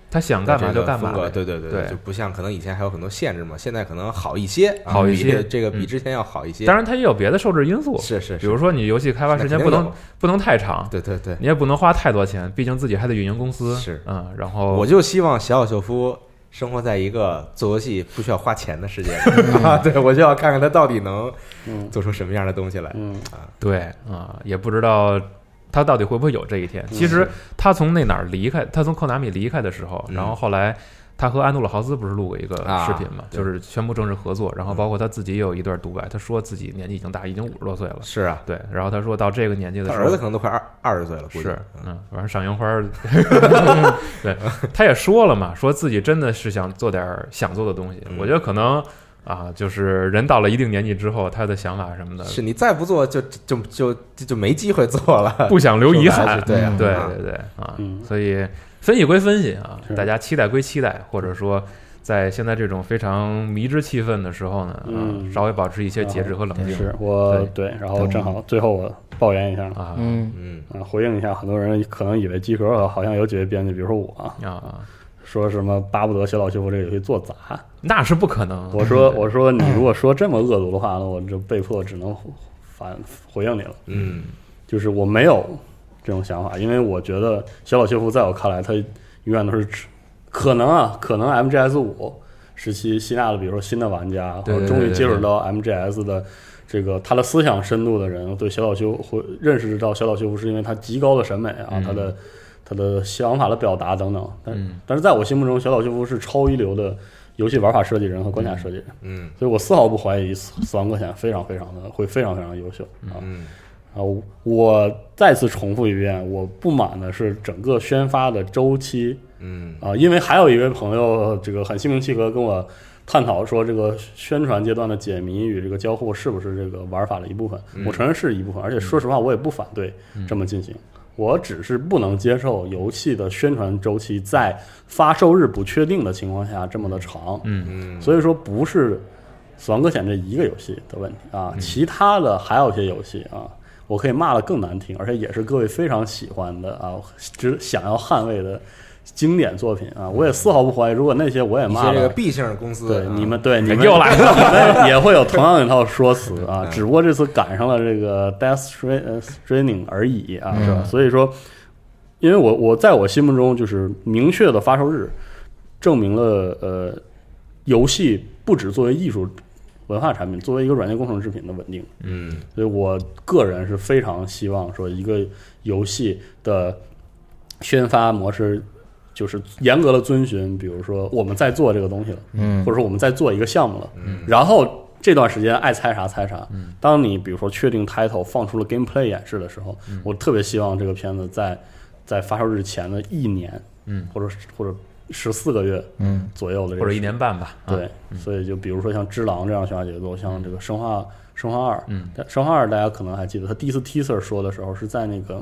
他想干嘛就干嘛， 对对对对， 就不像可能以前还有很多限制嘛，现在可能好一些， 好一些， 这个比之前要好一些。 当然，它也有别的受制因素， 是是， 比如说你游戏开发时间不能不能太长， 对对对， 你也不能花太多钱，毕竟自己还得运营公司， 是嗯，然后我就希望小岛秀夫生活在一个做游戏不需要花钱的世界里啊！对，我就要看看他到底能做出什么样的东西来。 嗯啊， 对啊，也不知道他到底会不会有这一天。其实他从那哪儿离开，他从科纳米离开的时候，然后后来他和安杜鲁豪斯不是录过一个视频嘛，就是宣布正式合作，然后包括他自己也有一段独白，他说自己年纪已经大，已经五十多岁了。 是啊， 对，然后他说到这个年纪的时候， 他儿子可能都快二二十岁了， 是，嗯，反正赏樱花，对，他也说了嘛，说自己真的是想做点想做的东西。我觉得可能啊，就是人到了一定年纪之后，他的想法什么的， 是你再不做就就就就就没机会做了， 不想留遗憾。 对啊， 对对对啊，所以分析归分析啊，大家期待归期待，或者说在现在这种非常迷之气氛的时候呢， 嗯， 稍微保持一些节制和冷静。 是我对，然后正好最后我抱怨一下啊， 嗯嗯啊，回应一下，很多人可能以为集合好像有几位编辑，比如说我啊。 说什么巴不得小岛秀夫这个游戏做砸， 那是不可能。 我说我说你如果说这么恶毒的话，那我就被迫只能反回应你了。 嗯， 就是我没有这种想法，因为我觉得小岛秀夫在我看来，他永远都是可能啊，可能 M G S 五时期吸纳了，比如说新的玩家， 对对对对， 终于接触到 M G S 的这个他的思想深度的人，对小岛秀夫认识到小岛秀夫是因为他极高的审美啊， 嗯、 他的。他的想法的表达等等，但、 嗯、 但是在我心目中，小岛秀夫是超一流的游戏玩法设计人和关卡设计人， 嗯， 所以我丝毫不怀疑死死亡搁浅非常非常的会非常非常优秀啊， 嗯啊，我再次重复一遍，我不满的是整个宣发的周期， 嗯啊，因为还有一位朋友这个很心平气和跟我探讨说，这个宣传阶段的解谜与这个交互是不是这个玩法的一部分？ 嗯、 我承认是一部分，而且说实话，我也不反对这么进行。嗯我只是不能接受游戏的宣传周期在发售日不确定的情况下这么的长， 嗯嗯， 所以说不是《死亡搁浅》这一个游戏的问题啊， 嗯、 其他的还有一些游戏啊，我可以骂得更难听，而且也是各位非常喜欢的啊，只想要捍卫的经典作品啊，我也丝毫不怀疑，如果那些我也骂了， 一些这个 B 性公司， 对、 啊、 你们对你们又来了， 你们也会有同样一套说辞啊，只不过这次赶上了这个 Death Stranding 而已啊，是吧？所以说。因为我我在我心目中就是明确的发售日，证明了呃，游戏不只作为艺术文化产品，作为一个软件工程制品的稳定。 嗯， 所以我个人是非常希望说一个游戏的宣发模式就是严格的遵循，比如说我们在做这个东西了， 嗯， 或者说我们在做一个项目了， 嗯， 然后这段时间爱猜啥猜啥。 嗯， 当你比如说确定 title 放出了 gameplay 演示的时候， 嗯、 我特别希望这个片子在。在发售日前的一年， 嗯， 或者或者十四个月， 嗯左右的这个， 或者一年半吧， 对， 啊嗯、 所以就比如说像《只狼》这样宣发节奏，像这个《生化》《生化二》， 嗯， 《生化二》大家可能还记得，他第一次 teaser 说的时候是在那个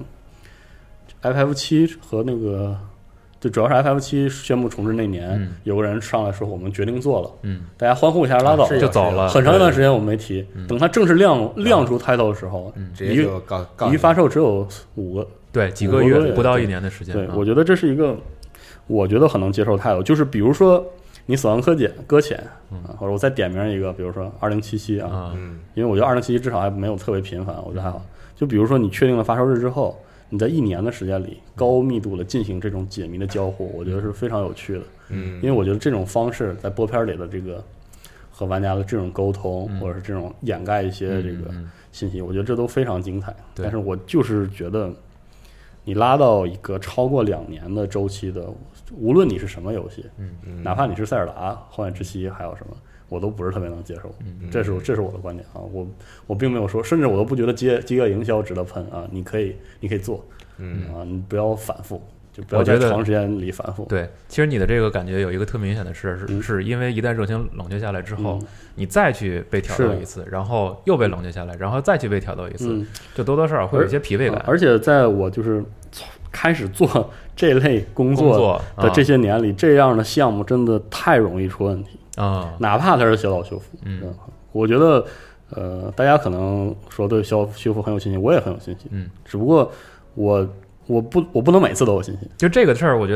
F F 七和那个，就主要是 F F 七宣布重置那年， 嗯、 有个人上来说我们决定做了， 嗯， 大家欢呼一下拉倒， 就走了， 很长一段时间我们没提， 嗯、 等他正式亮亮出 title 的时候， 嗯，直接就告告离发售只有五个。 对，几个月不到一年的时间。 对，我觉得这是一个，我觉得很能接受态度。就是比如说你死亡搁浅搁浅啊，或者我再点名一个，比如说二零七七啊， 嗯， 因为我觉得二零七七至少还没有特别频繁，我觉得还好。就比如说你确定了发售日之后，你在一年的时间里高密度的进行这种解谜的交互，我觉得是非常有趣的。 嗯， 因为我觉得这种方式在播片里的这个和玩家的这种沟通，或者是这种掩盖一些这个信息，我觉得这都非常精彩。但是我就是觉得。你拉到一个超过两年的周期的，无论你是什么游戏， 嗯嗯， 哪怕你是塞尔达、荒野之息，还有什么，我都不是特别能接受。 嗯， 这是这是我的观点啊，我我并没有说，甚至我都不觉得饥饥饿营销值得喷啊。你可以你可以做， 嗯啊，你不要反复，就不要在长时间里反复。 对，其实你的这个感觉有一个特明显的事是， 嗯、 是因为一旦热情冷却下来之后， 嗯、 你再去被挑逗一次，然后又被冷却下来，然后再去被挑逗一次， 嗯、 就多多少少会有一些疲惫感。 而, 而且在我就是开始做这类工作的这些年里， 啊、 这样的项目真的太容易出问题啊！ 哪怕它是小岛秀夫， 嗯， 我觉得呃，大家可能说对小岛秀夫很有信心，我也很有信心， 嗯， 只不过我我不我不能每次都有信心。 就这个事儿，我觉得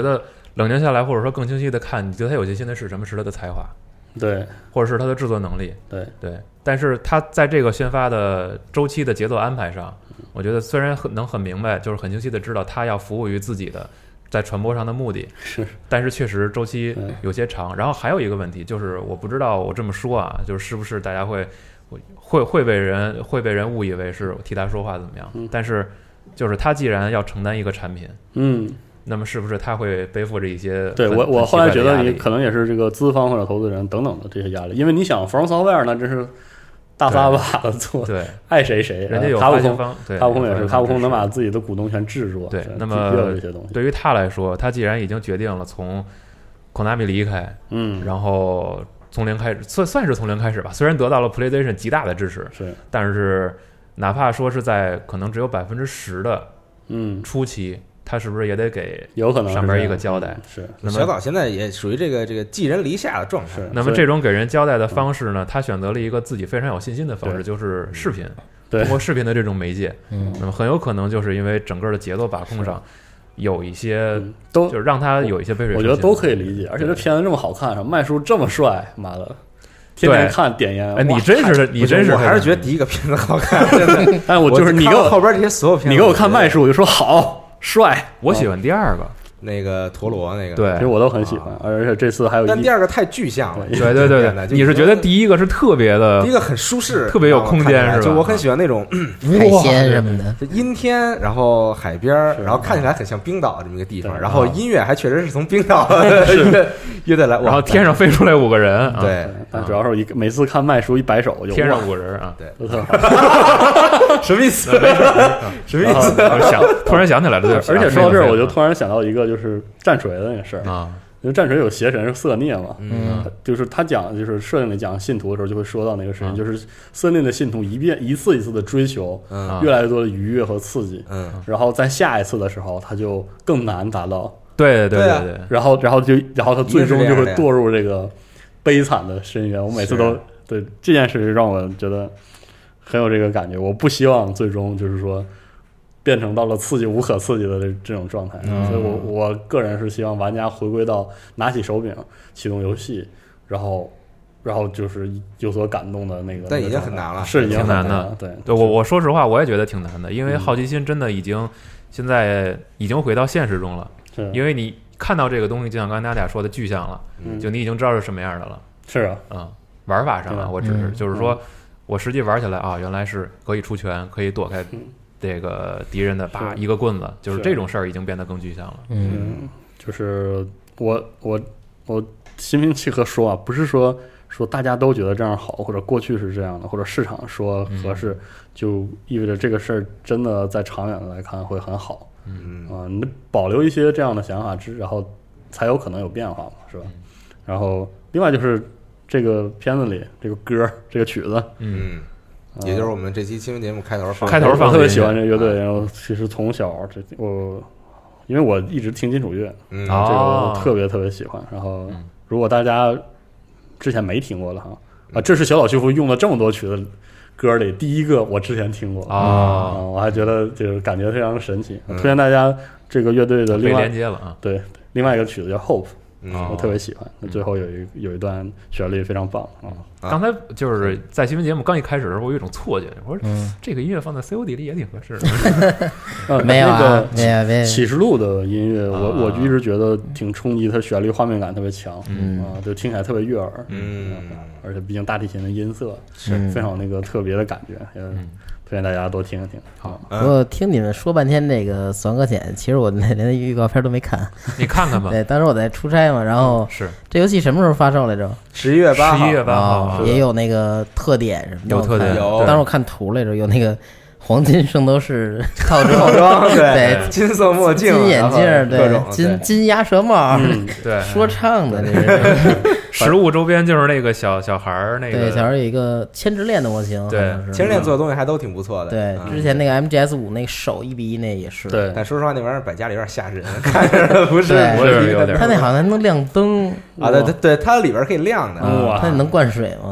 冷静下来，或者说更清晰的看，你觉得他有些新的是什么？是他的才华， 对， 或者是他的制作能力， 对对。但是他在这个宣发的周期的节奏安排上，我觉得虽然很能很明白，就是很清晰的知道他要服务于自己的在传播上的目的， 是， 但是确实周期有些长。然后还有一个问题就是，我不知道我这么说啊，就是是不是大家会会会被人会被人误以为是替他说话怎么样？ 嗯、 但是就是他既然要承担一个产品， 嗯。 那么是不是他会背负着一些？ 对我，我后来觉得你可能也是这个资方或者投资人等等的这些压力，因为你想 From Software 呢，真是大撒把的做， 对， 爱谁谁， 人家有发布空方，对， 发布空也是，发布空能把自己的股东权制住， 对，那么这些东西， 对于他来说，他既然已经决定了从 Konami 离开， 嗯， 然后从零开始，算算是从零开始吧，虽然得到了 PlayStation 极大的支持， 是， 但是哪怕说是在可能只有百分之十的嗯初期。他是不是也得给有可能上边一个交代？ 是， 那么小岛现在也属于这个这个寄人篱下的状态。 那么这种给人交代的方式呢，他选择了一个自己非常有信心的方式，就是视频，通过视频的这种媒介。 嗯， 那么很有可能就是因为整个的节奏把控上有一些都就是让他有一些杯水车薪。 我觉得都可以理解，而且这片子这么好看，麦叔这么帅，妈的。天天看点烟， 哎，你真是你真是， 我还是觉得第一个片子好看，真的。 但我就是你给我后边这些所有片子， 你给我看麦叔，我就说好。帅， 我喜欢第二个， 那个陀螺那个， 对， 其实我都很喜欢，而且这次还有， 但第二个太具象了， 对对对对，你是觉得第一个是特别的， 第一个很舒适， 特别有空间，是吧？ 就我很喜欢那种海鲜什么的， 就阴天，然后海边，然后看起来很像冰岛这么一个地方，然后音乐还确实是从冰岛乐乐队来， 然后天上飞出来五个人， 对， 但主要是一个每次看麦叔一摆手， 天上五个人啊， 对， 什么意思？ 什么意思？ 想突然想起来了， 而且说到这儿，我就突然想到一个，就是战锤的那个事儿啊。 因为战锤有邪神是色涅嘛， 嗯， 就是他讲，就是设定里讲信徒的时候，就会说到那个事情，就是色涅的信徒一遍一次一次的追求， 嗯， 越来越多的愉悦和刺激， 嗯， 然后在下一次的时候，他就更难达到， 对对对对， 然后然后就然后他最终就会堕入这个悲惨的深渊。我每次都对这件事让我觉得很有这个感觉，我不希望最终就是说。变成到了刺激无可刺激的这这种状态， 嗯、 所以我我个人是希望玩家回归到拿起手柄启动游戏，然后然后就是有所感动的那个。 但已经很难了， 是已经挺难的。对， 对我我说实话，我也觉得挺难的，因为好奇心真的已经、嗯、现在已经回到现实中了。 是， 因为你看到这个东西，就像刚才大家说的具象了， 嗯、 就你已经知道是什么样的了。 是啊， 嗯，玩法上啊，我只是、 嗯、 就是说、嗯、我实际玩起来啊，原来是可以出拳，可以躲开。 嗯这个敌人的把一个棍子，就是这种事儿已经变得更具象了。 嗯，就是我我我心平气和说啊，不是说说大家都觉得这样好，或者过去是这样的，或者市场说合适，嗯、就意味着这个事儿真的在长远的来看会很好。 嗯啊、呃，你保留一些这样的想法，之然后才有可能有变化嘛，是吧？ 嗯、 然后另外就是这个片子里这个歌，这个曲子， 嗯。 也就是我们这期新闻节目开头放， 开头放， 我特别喜欢这乐队。然后其实从小这我，因为我一直听金属乐， 嗯， 这个我特别特别喜欢。然后如果大家之前没听过的哈啊，这是小岛秀夫用了这么多曲子歌里第一个我之前听过啊， 我还觉得就是感觉非常神奇。推荐大家这个乐队的另外连接了啊， 对，另外一个曲子叫 Hope。 嗯、 我特别喜欢，那最后有一有一段旋律非常棒啊！ 刚才就是在新闻节目刚一开始的时候，我有一种错觉，我说、嗯、这个音乐放在 C O D 里也挺合适的。 呃， 没有啊， 没有没有。 启示录的音乐，我我一直觉得挺冲击，它旋律画面感特别强， 嗯啊，就听起来特别悦耳， 嗯， 而且毕竟大提琴的音色是非常那个特别的感觉，嗯。推荐大家多听听。 好， 不过听你们说半天这个《死亡搁浅》，其实我那连预告片都没看。 你看看吧。 对，当时我在出差嘛，然后是这游戏什么时候发售来着？ 十一月八号。 十一月八号也有那个特点什么的。 有特点， 有。 当时我看图来着，有那个黄金圣斗士套装， 套装对， 金色墨镜、 金眼镜，对，金金鸭舌帽， 对， 说唱的这是。 实物周边就是那个小小孩儿，那个对，小孩有一个千之恋的模型， 对， 千之恋做的东西还都挺不错的。 对，之前那个 M G S 五那个手一比一那也是。 对， 但说实话，那玩意儿摆家里有点吓人，看着不是， 我是有点。 它那好像能亮灯啊，对对对，它里边可以亮的， 它能灌水吗？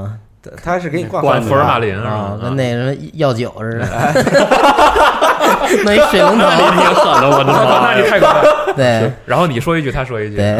他是给你灌灌福尔马林啊，跟那什么药酒似的，弄一水龙头， 你挺狠的，我的妈！ 那你太可怕。 对， 然后你说一句，他说一句， 对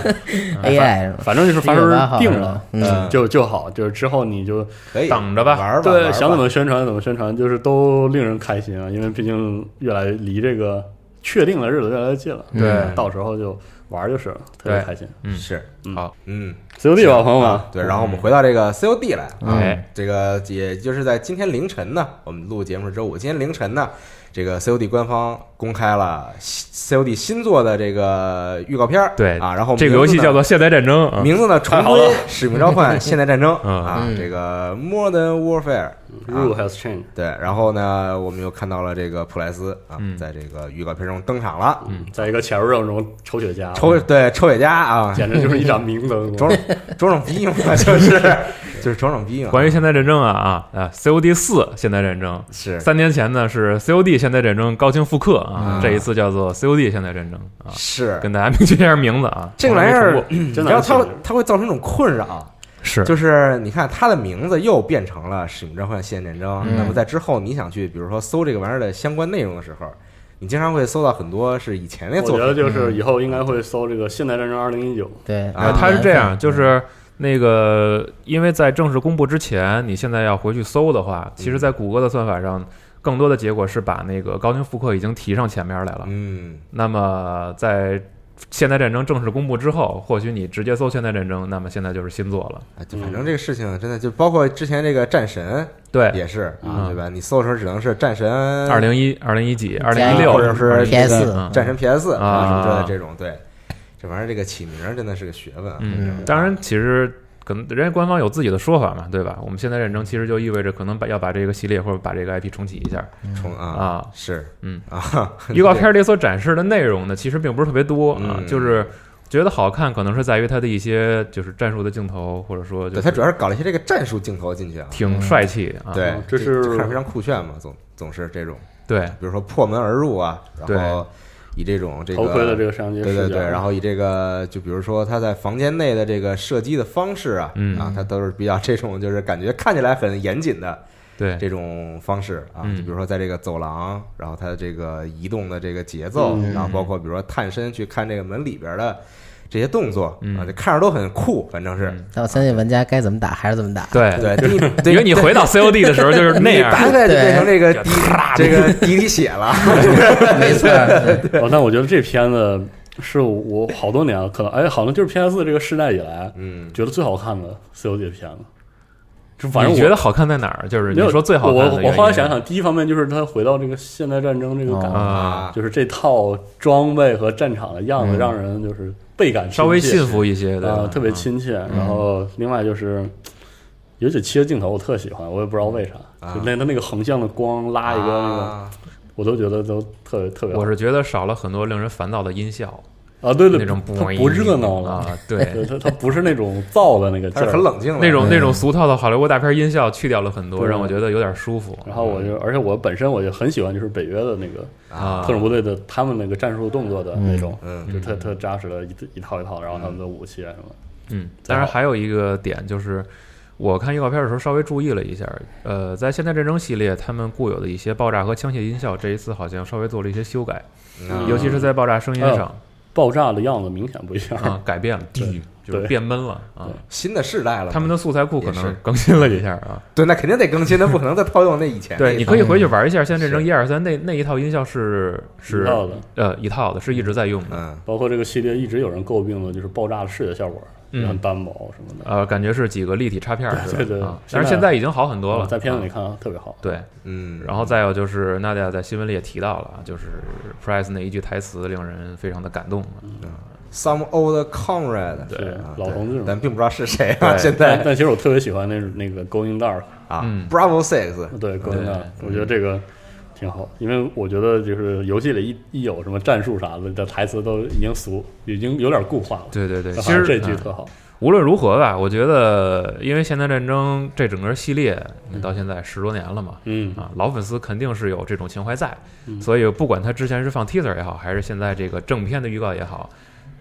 ，A I 反正就是发售定了， 嗯， 就就好，就是之后你就可以等着吧， 玩吧。 对，想怎么宣传怎么宣传，就是都令人开心啊，因为毕竟越来离这个确定的日子越来越近了， 对， 到时候就玩就是了，特别开心。 嗯， 是好， 嗯 ，C O D 吧，朋友们， 对，然后我们回到这个 C O D 来， 哎， 这个也就是在今天凌晨呢，我们录节目是周五，今天凌晨呢。这个 C O D 官方公开了 C O D 新作的这个预告片儿， 对啊，然后这个游戏叫做《现代战争》， 名字呢重归《使命召唤：现代战争》啊， 嗯这个 Modern Warfare Rule has changed。 对，然后呢，我们又看到了这个普莱斯啊，在这个预告片中登场了， 嗯，在一个潜入任务中抽雪茄， 抽对抽雪茄啊， 简直就是一盏明灯， 种种种种逼嘛，就是就是种种逼嘛。 关于现代战争啊啊啊 ，C O D 四现代战争是三年前呢是 C O D 现代战争高清复刻啊，这一次叫做 C O D 现代战争啊， 是跟大家明确一下名字啊。 这个玩意儿， 你知道它它会造成一种困扰。 是， 就是你看它的名字又变成了《使命召唤：现代战争》， 嗯， 那么在之后你想去，比如说搜这个玩意儿的相关内容的时候，你经常会搜到很多是以前那作品。 我觉得就是以后应该会搜这个《现代战争二零一九》。 对， 啊，它是这样，就是那个，因为在正式公布之前，你现在要回去搜的话，其实，在谷歌的算法上，更多的结果是把那个高清复刻已经提上前面来了。 嗯， 那么在现代战争正式公布之后，或许你直接搜现代战争，那么现在就是新作了。 啊，就反正这个事情真的就包括之前这个战神， 对， 也是啊， 嗯、 对吧？你搜的时候只能是战神二零一、二零一几、二零一六， 或者是 P S 战神 P S 啊什么之类的这种，对，这玩意儿这个起名真的是个学问。 嗯，当然，其实可能人家官方有自己的说法嘛，对吧？我们现在战争其实就意味着可能把要把这个系列或者把这个 I P 重启一下， 重啊啊是嗯啊， 预告片里所展示的内容呢，其实并不是特别多啊， 嗯、 就是觉得好看，可能是在于它的一些就是战术的镜头，或者说对它主要是搞了一些这个战术镜头进去啊， 挺帅气啊， 对， 这是看着非常酷炫嘛，总总是这种对， 比如说破门而入啊，然后。以这种这个头盔的这个摄像机， 对对对，然后以这个就比如说他在房间内的这个射击的方式啊， 嗯啊，它都是比较这种就是感觉看起来很严谨的， 对这种方式啊， 嗯、 就比如说在这个走廊，然后它的这个移动的这个节奏， 嗯、 然后包括比如说探身去看这个门里边的这些动作、 嗯、 啊，这看着都很酷，反正是。 但我相信玩家该怎么打还是怎么打。 对对， 对因为你回到 C O D 的时候就是那样， 大概就变成这个滴这个滴滴血了， 没错。 哦，但我觉得这片子是我好多年了，可能哎，好像就是 P S 这个世代以来， 嗯， 觉得最好看的 C O D 的片子。就反正你觉得好看在哪儿？就是你说最好看的我我后来想想，第一方面就是他回到这个现代战争这个感觉， 啊、 就是这套装备和战场的样子，让人就是倍感稍微信服一些的、 啊，特别亲切。 嗯、 然后另外就是有几切镜头我特喜欢，我也不知道为啥， 啊、 就那他那个横向的光拉一个那个， 啊、 我都觉得都特别特别好。 我是觉得少了很多令人烦躁的音效。 啊，对对， 那种它不热闹了啊，对， 它它不是那种燥的那个劲儿， 很冷静的那种那种俗套的好莱坞大片音效去掉了很多，让我觉得有点舒服。 然后我就，而且我本身我就很喜欢就是北约的那个啊特种部队的他们那个战术动作的那种， 嗯， 就特特扎实的一一套一套，然后他们的武器啊什么。 嗯，当然还有一个点就是，我看预告片的时候稍微注意了一下，呃，在现代战争系列他们固有的一些爆炸和枪械音效，这一次好像稍微做了一些修改， 嗯、 尤其是在爆炸声音上。 嗯爆炸的样子明显不一样啊，改变了，就是变闷了啊， 新的世代了。 他们的素材库可能更新了几下啊。 对，那肯定得更新，那不可能再套用那以前。 对，你可以回去玩一下，现在这一二三那那一套音效是是一套的， 呃，一套的，是一直在用的。 嗯， 包括这个系列一直有人诟病的就是爆炸的视觉效果。 嗯， 很单薄什么的， 呃，感觉是几个立体插片， 对对对， 啊，但是现在已经好很多了， 在片子里看特别好。 对， 嗯， 然后再有就是娜迪亚在新闻里也提到了，就是 Price 那一句台词令人非常的感动。 嗯 Some old comrade， 对， 老同志， 但并不知道是谁啊。现在， 但其实我特别喜欢那那个 Going Dark 啊 ，Bravo Six， 对 Going Dark，我觉得这个挺好，因为我觉得就是游戏里一一有什么战术啥的，这台词都已经俗，已经有点固化了。 对对对， 其实这句特好。 无论如何吧，我觉得因为现代战争这整个系列到现在十多年了嘛， 嗯啊，老粉丝肯定是有这种情怀在， 嗯、 所以不管他之前是放 teaser 也好，还是现在这个正片的预告也好。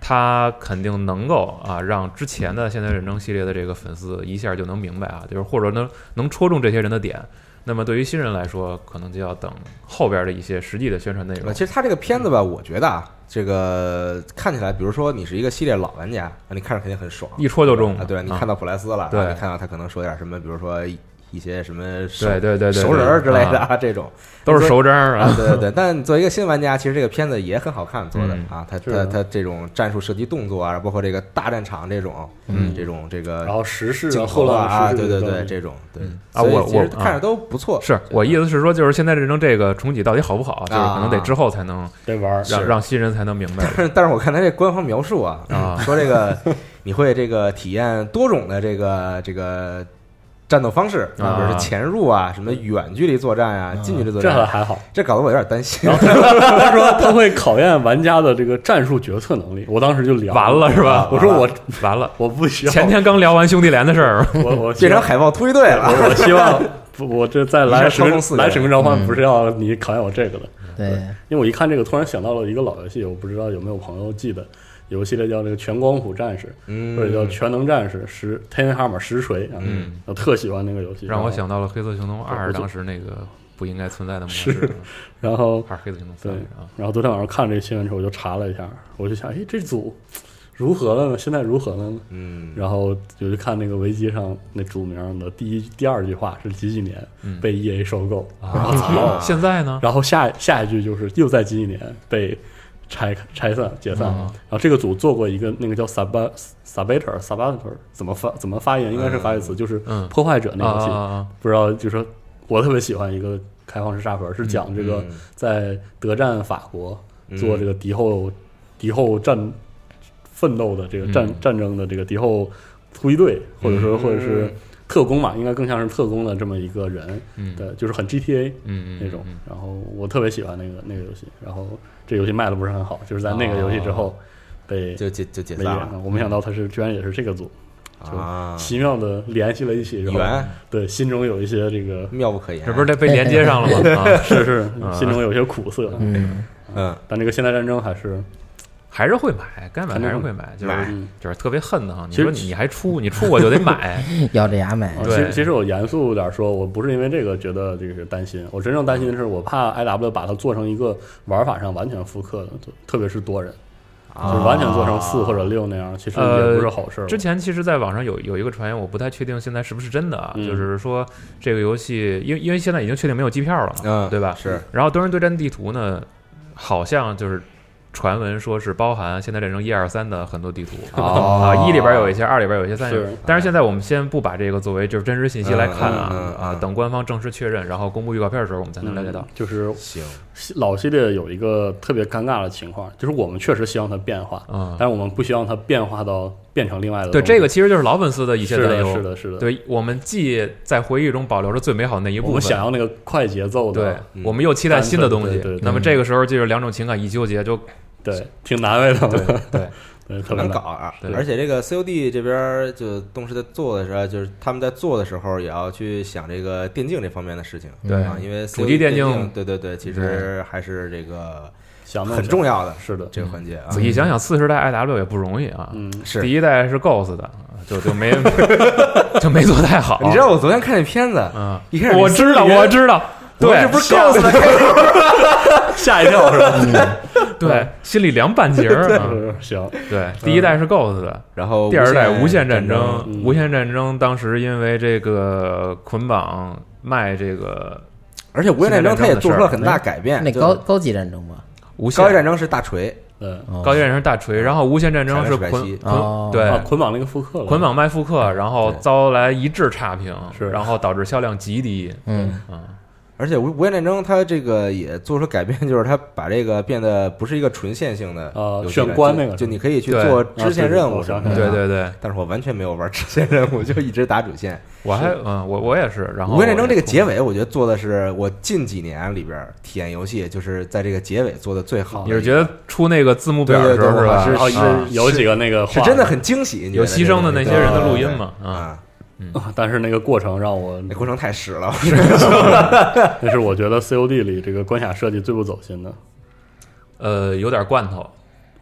它肯定能够啊让之前的现代战争系列的这个粉丝一下就能明白啊，就是或者能能戳中这些人的点。那么对于新人来说，可能就要等后边的一些实际的宣传内容。 其实他这个片子吧，我觉得啊，这个看起来，比如说你是一个系列老玩家，你看着肯定很爽， 一戳就中啊。对，你看到普莱斯了， 对， 你看到他可能说点什么，比如说一些什么对对对熟人之类的啊，这种都是熟章啊。 对对对，但作为一个新玩家，其实这个片子也很好看做的啊，他他他这种战术射击动作啊，包括这个大战场这种，嗯，这种这个， 然后时事镜头啊，对对对，这种对啊，我我看着都不错。 是我意思是说，就是现在战争这个重启到底好不好，就是可能得之后才能得玩， 让让新人才能明白。 但是但是我看他这官方描述啊，啊，说这个你会这个体验多种的这个这个。战斗方式啊，比如说潜入啊，什么远距离作战啊，近距离作战， 这还好， 这搞得我有点担心。 他说他会考验玩家的这个战术决策能力，我当时就聊完了是吧？ 我说我完了， 我不需要。 前天刚聊完兄弟连的事儿， 我我变成海豹突击队了。 我希望我这再来使命来使命召唤，不是要你考验我这个的。 对， 因为我一看这个，突然想到了一个老游戏，我不知道有没有朋友记得。有个系列叫这个全光谱战士， 嗯， 或者叫全能战士实天哈马实锤啊， 嗯， 我特喜欢那个游戏， 让我想到了黑色行动二当时那个不应该存在的模式。 然后还是黑色行动三啊。 然后昨天晚上看这个新闻之后，我就查了一下，我就想，哎，这组如何了呢？现在如何了呢？ 嗯， 然后就去看那个维基上那组名的第一、第二句话是几几年被 E A 收购， 然后现在呢？ 然后下下一句就是又在几几年被。拆拆散解散， 嗯、 然后这个组做过一个那个叫 Sabat Sabator Sabator 怎么发怎么发音？应该是发语词，就是破坏者那个游戏。 嗯、 不知道，就是说我特别喜欢一个开放式沙盒，是讲这个在德战法国做这个敌后、嗯、敌后战奋斗的这个战、嗯、战争的这个敌后突击队，或者说或者是特工嘛，应该更像是特工的这么一个人。 嗯， 对，就是很 G T A 嗯那种。嗯、然后我特别喜欢那个那个游戏，然后。这游戏卖的不是很好，就是在那个游戏之后被、 哦、就解就解散了。 我没想到他是居然也是这个组， 啊， 奇妙的联系了一起， 缘对，心中有一些这个妙不可言， 这不是得被连接上了吗？啊、 是是，心中有些苦涩。 嗯嗯， 但这个现代战争还是还是会买，该买还是会买，就是就是特别恨的哈。你说你还出，你出我就得买， 咬着牙买。 其实其实我严肃点说，我不是因为这个觉得这个担心，我真正担心的是，我怕 I W 把它做成一个玩法上完全复刻的，特别是多人，就是完全做成四或者六那样，其实也不是好事。 呃、之前其实，在网上有有一个传言，我不太确定现在是不是真的啊， 嗯、 就是说这个游戏，因为因为现在已经确定没有机票了， 嗯， 对吧？ 是。 然后多人对战地图呢，好像就是。传闻说是包含现代战争一二三的很多地图、 哦、 啊，一里边有一些，二里边有一些，三里边。 是但是现在我们先不把这个作为就是真实信息来看啊、 嗯嗯嗯、 啊，等官方正式确认，然后公布预告片的时候，我们才能了解到。 嗯、就是行， 老系列有一个特别尴尬的情况，就是我们确实希望它变化， 嗯， 但是我们不希望它变化到变成另外的。 对，这个其实就是老粉丝的一些担忧。 是的，是的。 对，我们既在回忆中保留着最美好的那一部分， 我们想要那个快节奏的， 对，嗯、我们又期待新的东西。 对对对对， 那么这个时候就是两种情感一纠结就。 对，挺难为的， 对对对， 很难搞啊！而且这个 C O D 这边就东时在做的时候，就是他们在做的时候也要去想这个电竞这方面的事情， 对啊，因为主机电竞，对对对，其实还是这个想很重要的， 是的这个环节啊。 仔细想想，四十代 I W 也不容易啊， 嗯， 是第一代是 Ghost 的，就就没就没做太好。 你知道我昨天看那片子， 嗯， 一开始我知道，我知道。对， 这不是 Ghost 的开头， 吓一跳是吧？ 对，心里凉半截儿。 行， 对，第一代是 Ghost 的， 然后第二代无限战争， 无限战争当时因为这个捆绑卖这个， 而且无限战争它也做出了很大改变。 那高高级战争吧， 无限高级战争是大锤， 对， 高级战争是大锤，然后无限战争是捆捆对捆绑那个复刻了， 捆绑卖复刻，然后遭来一致差评， 是， 然后导致销量极低。 嗯嗯。 而且无无限战争它这个也做出改变，就是它把这个变得不是一个纯线性的呃选关那个， 就你可以去做支线任务什么的。 对对对。 但是我完全没有玩支线任务，就一直打主线。 我还嗯，我我也是。然后无限战争这个结尾，我觉得做的是我近几年里边体验游戏，就是在这个结尾做的最好。 你是觉得出那个字幕表的时候是吧？ 然后是有几个那个是真的很惊喜， 有牺牲的那些人的录音嘛？ 啊。 嗯，但是那个过程让我那过程太屎了， 那是我觉得 C O D 里这个关卡设计最不走心的。 呃，有点罐头，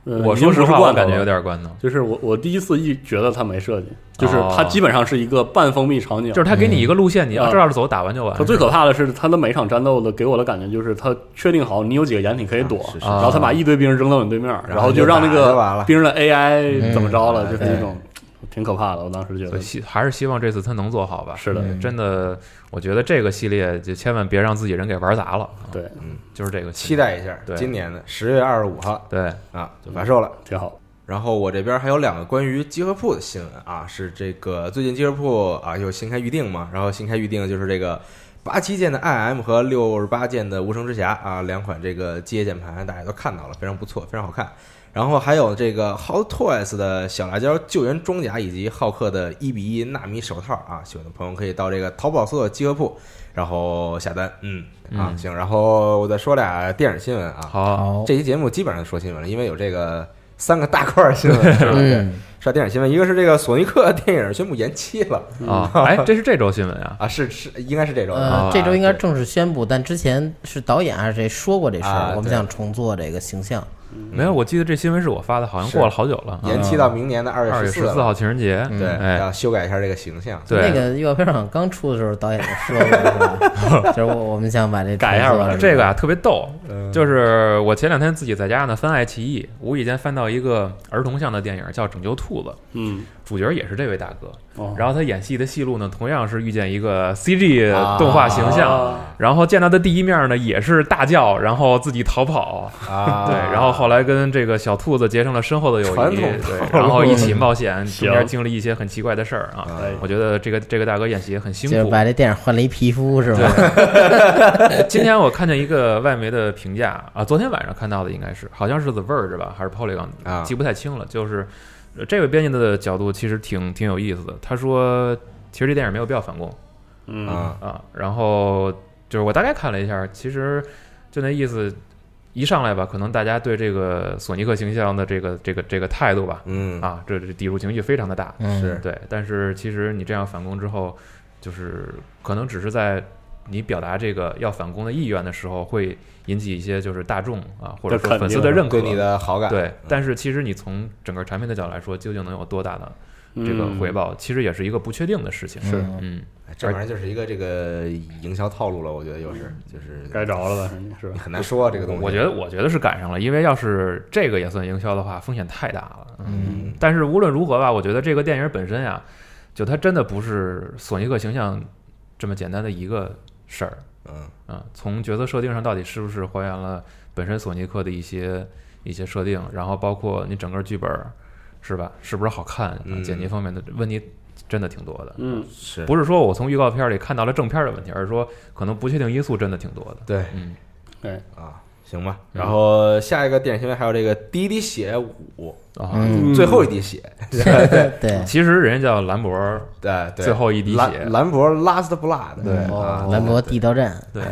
呃、 我说实话，我感觉有点关头。 就是我我第一次一觉得它没设计，就是它基本上是一个半封闭场景， 就是它给你一个路线，你要这样走，打完就完。 它最可怕的是，它的每场战斗的给我的感觉就是，它确定好你有几个掩体可以躲，然后它把一堆兵扔到你对面，然后就让那个兵的 A I 怎么着了，就是那种挺可怕的。我当时觉得， 希还是希望这次它能做好吧。 是的， 真的，我觉得这个系列就千万别让自己人给玩砸了。 对， 嗯， 就是这个， 期待一下，今年的十月二十五号， 对啊，就发售了， 挺好。 然后我这边还有两个关于集合铺的新闻啊，是这个最近集合铺啊又新开预定嘛，然后新开预定就是这个八七键的 I M 和六十八键的无声之匣啊，两款这个机械键盘大家都看到了，非常不错，非常好看。然后还有这个 Hot Toys 的小辣椒救援装甲以及浩克的一比一纳米手套啊，喜欢的朋友可以到这个淘宝搜索集合铺，然后下单。嗯啊、嗯、行，然后我再说俩电影新闻啊。 好， 这期节目基本上说新闻了，因为有这个三个大块新闻，是吧？嗯，说电影新闻，一个是这个索尼克电影宣布延期了啊，哎，这是这周新闻啊？ 啊，是是，应该是这周。 呃，这周应该正式宣布，但之前是导演还是谁说过这事儿？ 啊、 我们想重做这个形象。 没有，我记得这新闻是我发的，好像过了好久了， 延期到明年的二月十四号情人节。 对， 哎， 要修改一下这个形象。 对， 那个预告片上刚出的时候，导演就说过，是吧？就是我们想把这改一下吧。 这个啊特别逗，就是我前两天自己在家呢翻爱奇艺，无意间翻到一个儿童向的电影叫《拯救兔子》， 嗯， 主角也是这位大哥。 哦、 然后他演戏的戏路呢，同样是遇见一个 C G 动画形象，啊、然后见到的第一面呢，也是大叫，然后自己逃跑啊， 对，然后后来跟这个小兔子结成了深厚的友谊，对，然后一起冒险，中间经历一些很奇怪的事儿啊。我觉得这个这个大哥演戏也很辛苦， 就是把这电影换了一皮肤是吧？ 今天我看见一个外媒的评价啊，昨天晚上看到的应该是，好像是 The Verge 吧，还是 Polygon，啊、记不太清了，就是。这位编辑的角度其实挺挺有意思的。他说，其实这电影没有必要反攻， 嗯啊，然后就是我大概看了一下，其实就那意思，一上来吧，可能大家对这个索尼克形象的这个这个这个态度吧， 嗯啊，这这抵触情绪非常的大， 是对。但是其实你这样反攻之后，就是可能只是在你表达这个要反攻的意愿的时候，会引起一些就是大众啊或者说粉丝的认可， 对你的好感。 对，但是其实你从整个产品的角度来说，究竟能有多大的这个回报， 嗯、 其实也是一个不确定的事情。 是， 嗯， 这玩意儿就是一个这个营销套路了，我觉得又是就是该着了吧，是吧？ 很难说这个东西。 我觉得我觉得是赶上了，因为要是这个也算营销的话，风险太大了。 嗯， 但是无论如何吧，我觉得这个电影本身呀，就它真的不是索尼克形象这么简单的一个事儿。 嗯啊，从角色设定上到底是不是还原了本身索尼克的一些一些设定，然后包括你整个剧本是吧，是不是好看， 嗯、 剪辑方面的问题真的挺多的。 嗯， 是不是说我从预告片里看到了正片的问题，而是说可能不确定因素真的挺多的。 对， 嗯， 对啊，行吧。然后下一个电影新闻还有这个第一滴血五啊， 嗯、 最后一滴血。 对对， 其实人家叫兰博， 对对， 最后一滴血， 兰博 Last Blood， 对啊， 兰博地道战， 对，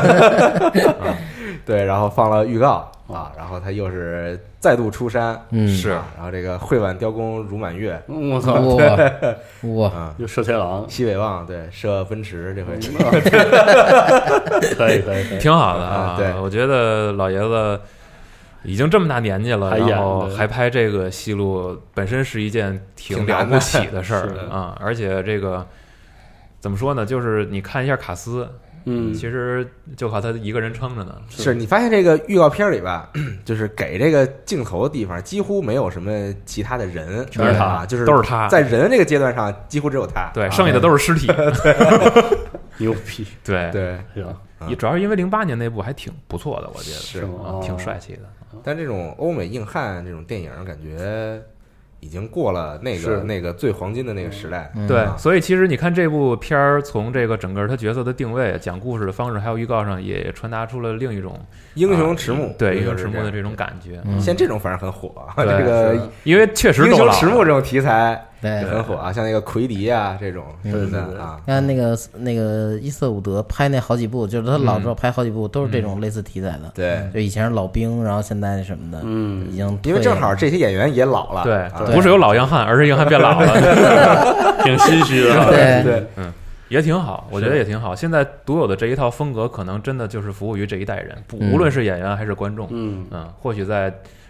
对，然后放了预告啊，然后他又是再度出山， 嗯， 是， 然后这个会挽雕弓如满月， 我操， 哇哇， 就射天狼， 西北望，对，射奔驰，这回是， 可以可以， 挺好的啊， 对， 我觉得老爷子。已经这么大年纪了， 还然后还拍这个戏路，本身是一件挺了不起的事儿啊！而且这个怎么说呢？就是你看一下卡斯， 嗯， 其实就靠他一个人撑着呢。 是你发现这个预告片里吧，就是给这个镜头的地方几乎没有什么其他的人， 全是他，就是都是他， 在人这个阶段上几乎只有他， 对，剩下的都是尸体。 牛逼， 对对， 也主要是因为零八年那部还挺不错的，我觉得是啊，挺帅气的。 但这种欧美硬汉这种电影，感觉已经过了那个那个最黄金的那个时代。 对，啊、所以其实你看这部片儿，从这个整个他角色的定位、讲故事的方式，还有预告上，也传达出了另一种英雄迟暮， 啊、对英雄迟暮的这种感觉。 嗯、 现在这种反而很火，这个因为确实英雄迟暮这种题材。 对， 很火啊，像那个奎迪啊这种，是的啊。 看那个那个伊瑟伍德拍那好几部，就是他老之后拍好几部，都是这种类似题材的。 对， 就以前是老兵，然后现在什么的， 嗯， 已经因为正好这些演员也老了， 对，不是有老硬汉，而是硬汉变老了， 挺唏嘘的。 对对， 嗯。也挺好，我觉得也挺好。现在独有的这一套风格，可能真的就是服务于这一代人，无论是演员还是观众。 嗯嗯，或许在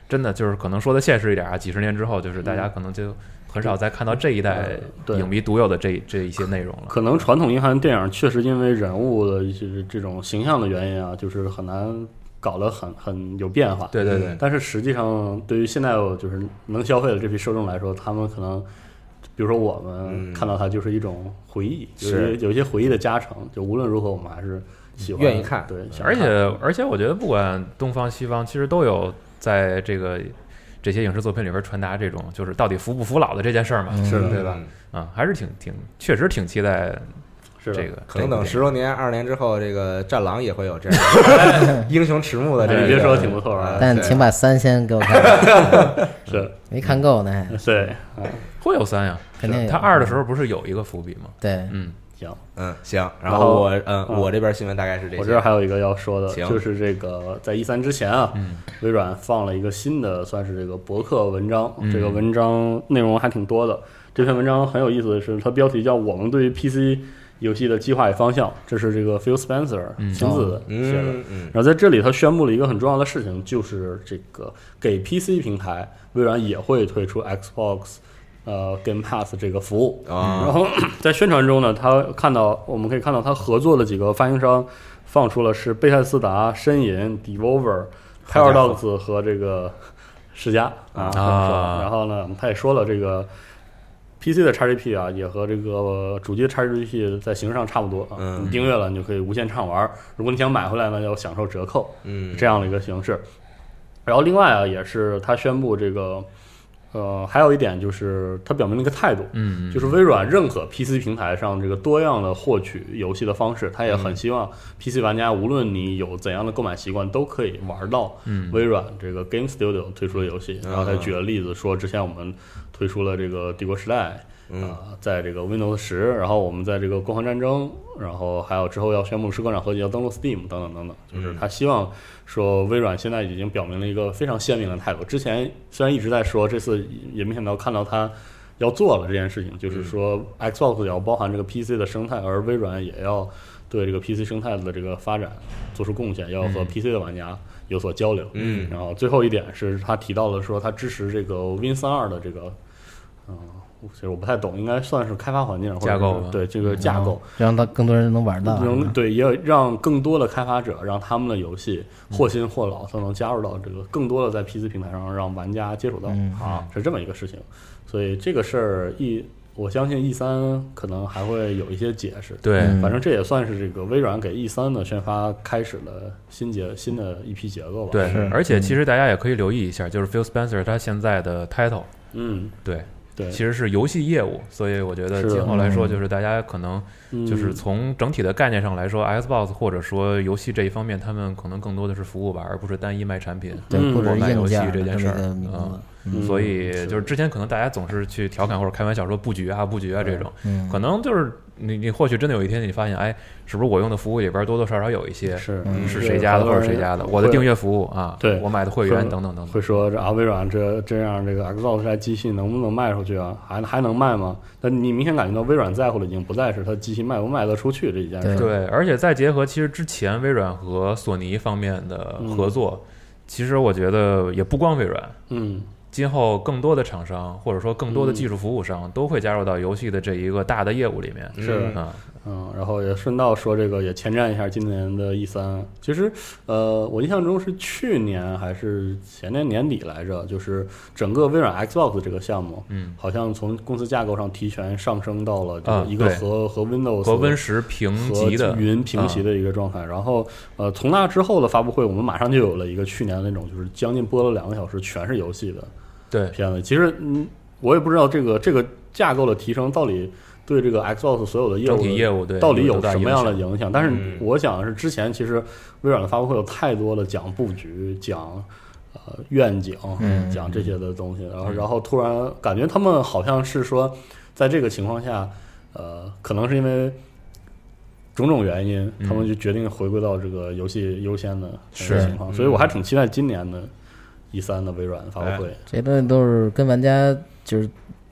真的就是可能说的现实一点啊，几十年之后，就是大家可能就很少再看到这一代影迷独有的这这一些内容了。 可能传统硬汉电影确实因为人物的一些这种形象的原因啊，就是很难搞得很很有变化。 对对对。 但是实际上，对于现在就是能消费的这批受众来说，他们可能，比如说我们看到它就是一种回忆， 嗯、 有有一些回忆的加成。就无论如何，我们还是喜欢愿意看。 对， 而且而且我觉得不管东方西方，其实都有在这个这些影视作品里边传达这种就是到底服不服老的这件事儿嘛， 嗯、是对吧？啊，还是挺挺确实挺期待。这个可能等十多年、二十年之后，这个《战狼》也会有这样的英雄迟暮的这个。 你别说，挺不错啊。 但请把三先给我看。 是没看够呢。 对， 会有三呀， 肯定有。 他二的时候不是有一个伏笔吗？ 对， 嗯， 行， 嗯行。然后我嗯，我这边新闻大概是这些。 我这儿还有一个要说的，就是这个在 E 三之前啊，微软放了一个新的，算是这个博客文章。这个文章内容还挺多的。这篇文章很有意思的是，它标题叫“我们对于 P C”。游戏的计划与方向，这是这个 Phil Spencer 亲自写的。 嗯嗯、 然后在这里，他宣布了一个很重要的事情，就是这个给 P C 平台，微软也会推出 Xbox 呃 Game Pass 这个服务。 哦、 然后在宣传中呢，他看到我们可以看到他合作的几个发行商放出了是贝塞斯达、呻吟、Devolver、Paradox 和这个世嘉啊。 啊然后呢，他也说了这个。P C 的 X G P 啊，也和这个主机的 X G P 在形式上差不多啊。 嗯， 你订阅了，你就可以无限畅玩。如果你想买回来呢，要享受折扣。 嗯， 这样的一个形式。然后另外啊，也是他宣布这个，呃，还有一点就是他表明了一个态度， 嗯， 就是微软认可 P C 平台上这个多样的获取游戏的方式，他也很希望 P C 玩家无论你有怎样的购买习惯，都可以玩到微软这个 Game Studio 推出的游戏。 嗯、 然后他举了例子说，之前我们推出了这个帝国时代。 嗯、 呃，在这个 Windows 十，然后我们在这个光环战争，然后还有之后要宣布士官长合集要登陆 Steam 等等等等，就是他希望说微软现在已经表明了一个非常鲜明的态度。之前虽然一直在说，这次也没想到看到他要做了这件事情，就是说 Xbox 也要包含这个 P C 的生态，而微软也要对这个 P C 生态的这个发展做出贡献，要和 P C 的玩家有所交流。 嗯， 然后最后一点是他提到了说他支持这个 Win 三十二的这个，嗯。其实我不太懂，应该算是开发环境架构， 对这个架构， 让他更多人能玩到， 能对，也让更多的开发者让他们的游戏或新或老都能加入到这个更多的在 P C 平台上让玩家接触到， 嗯、 啊，是这么一个事情。所以这个事儿一，我相信 E 三可能还会有一些解释。 对， 反正这也算是这个微软给 E 三的宣发开始了新结新的一批结构吧。 对，而且其实大家也可以留意一下，就是 Phil Spencer 他现在的 title， 嗯， 对。 对， 其实是游戏业务，所以我觉得今后来说，就是大家可能就是从整体的概念上来说、嗯、，Xbox 或者说游戏这一方面，他们可能更多的是服务吧，而不是单一卖产品， 对，不是卖游戏这件事儿啊。 嗯，所以就是之前可能大家总是去调侃或者开玩笑说布局啊布局啊这种，嗯、可能就是你你或许真的有一天你发现，哎，是不是我用的服务里边多多少少有一些是、 嗯、是谁家的或者谁家的，我的订阅服务啊， 对， 我买的会员等等等等， 会说这啊微软这这样这个 Xbox 这台机器能不能卖出去啊？还还能卖吗？但你明显感觉到微软在乎的已经不再是它机器卖不卖得出去这一件事。 对，而且再结合其实之前微软和索尼方面的合作，嗯、其实我觉得也不光微软， 嗯。 今后更多的厂商或者说更多的技术服务商都会加入到游戏的这一个大的业务里面。 是啊， 嗯，然后也顺道说这个也前瞻一下今年的 E 三。其实，呃，我印象中是去年还是前年年底来着，就是整个微软 Xbox 这个项目， 嗯， 好像从公司架构上提权上升到了这个一个和、啊、和 Windows 和 Win 十平级的云平级的一个状态。啊、然后，呃，从那之后的发布会，我们马上就有了一个去年的那种，就是将近播了两个小时，全是游戏的。 对片子，其实嗯，我也不知道这个这个架构的提升到底对这个 Xbox 所有的业务整体业务对到底有什么样的影响？但是嗯我想的是，之前其实微软的发布会有太多的讲布局、讲呃愿景、 嗯、 讲这些的东西，然后然后突然感觉他们好像是说，在这个情况下，呃，可能是因为种种原因，他们就决定回归到这个游戏优先的情况，所以我还挺期待今年的。E 三的微软发布会， 这东西都是跟玩家就是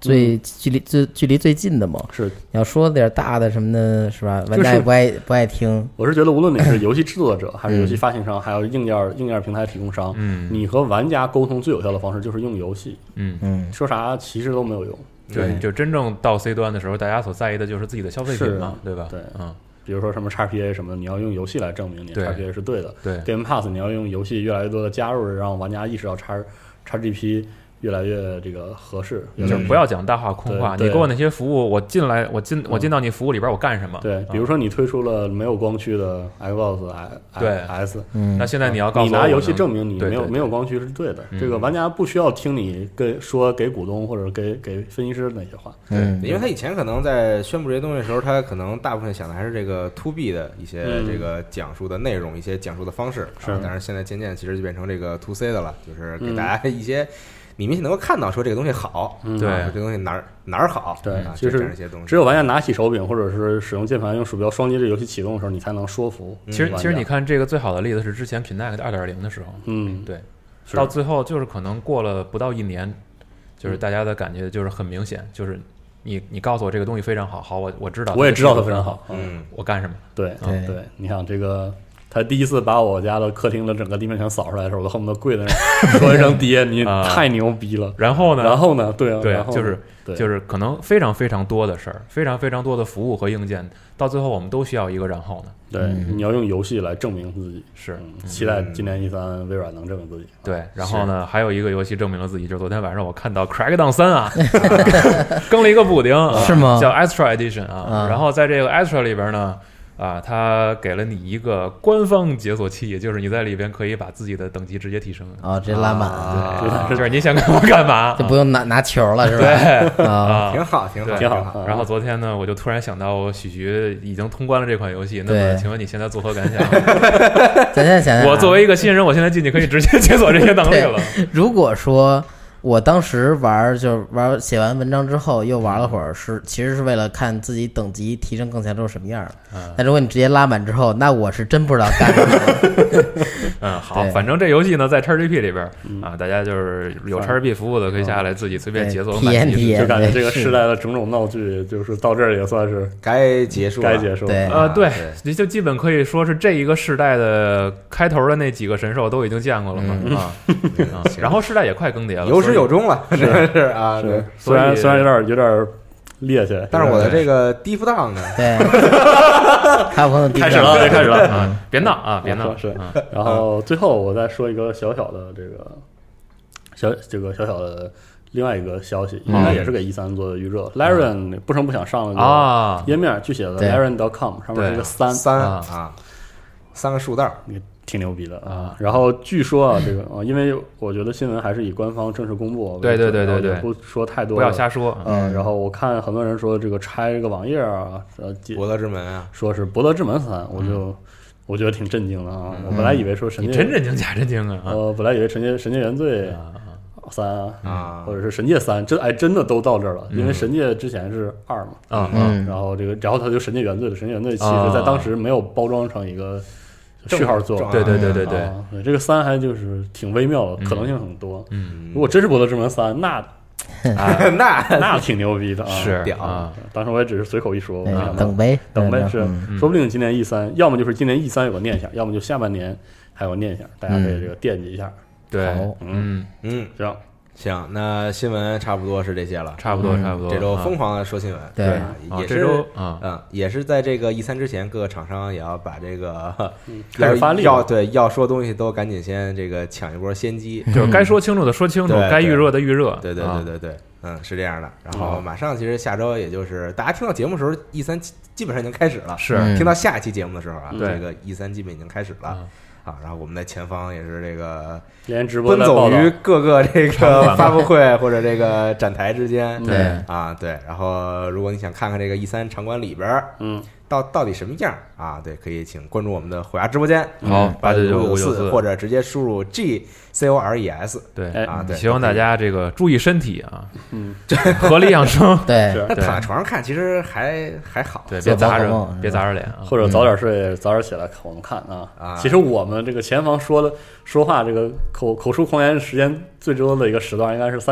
最距离最距离最近的嘛。 是， 要说点大的什么的，是吧？玩家也不爱、就是、不爱听。 我是觉得，无论你是游戏制作者，还是游戏发行商，还有硬件硬件平台提供商，嗯，你和玩家沟通最有效的方式就是用游戏。 嗯嗯， 说啥其实都没有用。 对，就真正到 C 端的时候，大家所在意的就是自己的消费品嘛，对吧？ 对， 嗯。 比如说什么 X P A 什么的，你要用游戏来证明你 X P A 是对的。 对 ，Game Pass 你要用游戏越来越多的加入，让玩家意识到 X X G P 越来越这个合适， 就是不要讲大话空话。你给我那些服务，我进来，我进我进到你服务里边，我干什么？ 对，比如说你推出了没有光驱的 Xbox 对 S， 嗯， 那现在你要告诉我， 你拿游戏证明你没有对对对没有光驱是对的。 嗯、 这个玩家不需要听你跟说给股东或者给给分析师那些话。 嗯， 因为他以前可能在宣布这些东西的时候，他可能大部分想的还是这个 to B 的一些这个讲述的内容，嗯、一些讲述的方式。 是、 啊，但是现在渐渐其实就变成这个 to C 的了，就是给大家一些。嗯你明显能够看到说这个东西好， 嗯、 对、 啊，这东西哪儿哪儿好， 对， 啊、 就是这些东西， 只有玩家拿起手柄或者是使用键盘用鼠标双击这游戏启动的时候，你才能说服。 其实，其实你看这个最好的例子是之前 Kinect 二点零的时候， 嗯， 对，到最后就是可能过了不到一年，就是大家的感觉就是很明显，就是你你告诉我这个东西非常好，好，我我知道， 我也知道它非常好， 嗯， 我干什么？ 对对对，你看这个。他第一次把我家的客厅的整个地面全扫出来的时候，我都恨不得跪在那儿说一声爹，你太牛逼了。 然后呢？ 然后呢？对啊， 对然后就是就是可能非常非常多的事儿，非常非常多的服务和硬件，到最后我们都需要一个然后呢。 对，嗯、你要用游戏来证明自己。 是， 嗯、期待今年 E 三微软能证明自己。 对，然后呢，还有一个游戏证明了自己，就是昨天晚上我看到 Crackdown 三啊，更了一个补丁， 是吗？ 叫 Extra Edition 啊， 啊然后在这个 Extra 里边呢。啊，他给了你一个官方解锁器，就是你在里边可以把自己的等级直接提升啊，直接拉满， 啊、对，就是你想干嘛干嘛， 就不用拿拿球了，是吧？ 对啊， 挺好，挺好， 挺好。 然后昨天呢，我就突然想到，许徐已经通关了这款游戏，那么请问你现在作何感想？ 咱现在想想， 我作为一个新人，我现在进去可以直接解锁这些能力了。 如果说。我当时玩就是玩写完文章之后又玩了会儿，是其实是为了看自己等级提升更强之后什么样。嗯，但如果你直接拉满之后，那我是真不知道干什么。 嗯，好，反正这游戏呢在 X G P 里边啊，大家就是有 X G P 服务的可以下来自己随便解锁体验体验。 就感觉这个时代的种种闹剧，就是到这儿也算是该结束， 该结束。 对， 呃，对，你就基本可以说是这一个世代的开头的那几个神兽都已经见过了嘛啊，然后世代也快更迭了， 有始有终了。是是啊， 是虽然虽然有点有点趔趄， 但是我的这个低不当呢？ 对，开始了， 开始了，开始了啊！别闹啊，别闹！ 是，然后最后我再说一个小小的这个小这个小小的另外一个消息，应该也是给 E 三做的预热。Larian 不声不响上了个页面，就写了 Larian dot com， 上面是个三三啊，三个竖道。 挺牛逼的啊！然后据说啊，这个啊，因为我觉得新闻还是以官方正式公布， 对对对对对， 不说太多， 不要瞎说。 嗯，然后我看很多人说这个拆这个网页啊，呃， 博德之门啊， 说是博德之门三，我就我觉得挺震惊的啊！我本来以为说神界真震惊假震惊啊！ 我本来以为神界神界原罪三啊， 或者是神界三，真哎真的都到这儿了，因为神界之前是二嘛， 啊嗯， 然后这个然后他就神界原罪了，神界原罪其实在当时没有包装成一个。序号做， 对对对对对， 啊、对这个三还就是挺微妙的，可能性很多。 嗯， 如果真是博德之门三，那啊那那挺牛逼的啊， 是屌啊！ 当时我也只是随口一说， 等呗， 等呗，是， 嗯、 说不定今年 E 三，要么就是今年 E 三有个念想，要么就下半年还有念想，大家可以这个惦记一下。 对， 嗯嗯， 行。 行，那新闻差不多是这些了， 差不多差不多。 这周疯狂的说新闻， 对， 也是啊， 嗯，也是在这个 E 三之前，各个厂商也要把这个开始发力， 要对要说东西都赶紧先这个抢一波先机， 就是该说清楚的说清楚，该预热的预热， 对对对对对，嗯，是这样的。然后马上其实下周也就是大家听到节目的时候 ，E 三基本上已经开始了， 是听到下一期节目的时候啊， 这个 E 三基本已经开始了。啊，然后我们的前方也是这个连直播奔走于各个这个发布会或者这个展台之间， 对啊对，然后如果你想看看这个 E 三场馆里边， 嗯， 到到底什么样啊？对，可以请关注我们的虎牙直播间， 好八九九五九四， 或者直接输入 G C O R E S， 对啊，对， 希望大家这个注意身体啊， 嗯， 合理养生， 对， 那躺在床上看其实还还好， 对，别砸着，别砸着脸啊， 或者早点睡，早点起来我们看啊。啊，其实我们这个前方说的说话这个口口出狂言时间最多的一个时段应该是三点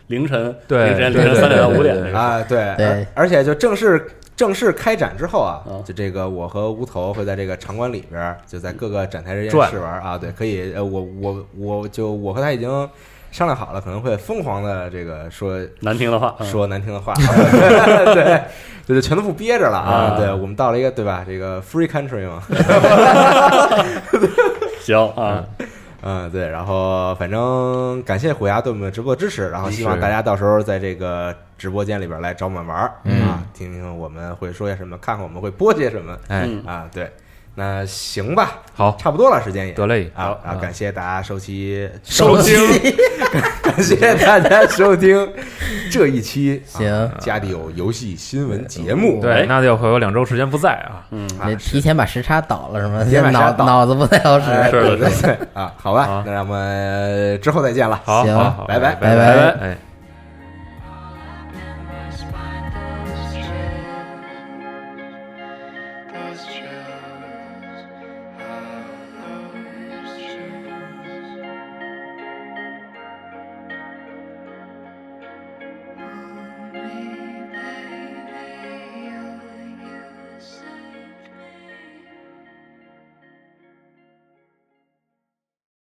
凌晨对凌晨凌晨三点到五点那个啊，对对， 而且就正式。正式开展之后啊， 啊就这个我和无头会在这个场馆里边，就在各个展台之间转试玩啊。对，可以，呃，我我我就我和他已经商量好了，可能会疯狂的这个说难听的话，嗯、 说难听的话，对，对，就全都不憋着了啊。 啊对，我们到了一个对吧，这个 free country 嘛， 行啊。 嗯，对，然后反正感谢虎牙对我们直播的支持，然后希望大家到时候在这个直播间里边来找我们玩儿、 嗯、 啊，听听我们会说些什么，看看我们会播些什么， 哎啊，对，那行吧， 好， 差不多了，时间也得嘞啊啊，感谢大家收期收听， 感谢大家收听这一期行、 啊、家里有游戏新闻节目， 对，那就会有两周时间不在啊， 嗯， 得提前把时差倒了是吗？ 脑脑子不太好使， 哎、 是的， 对对对啊，好吧，那咱们之后再见了， 好， 行， 好， 拜拜， 拜拜拜，哎。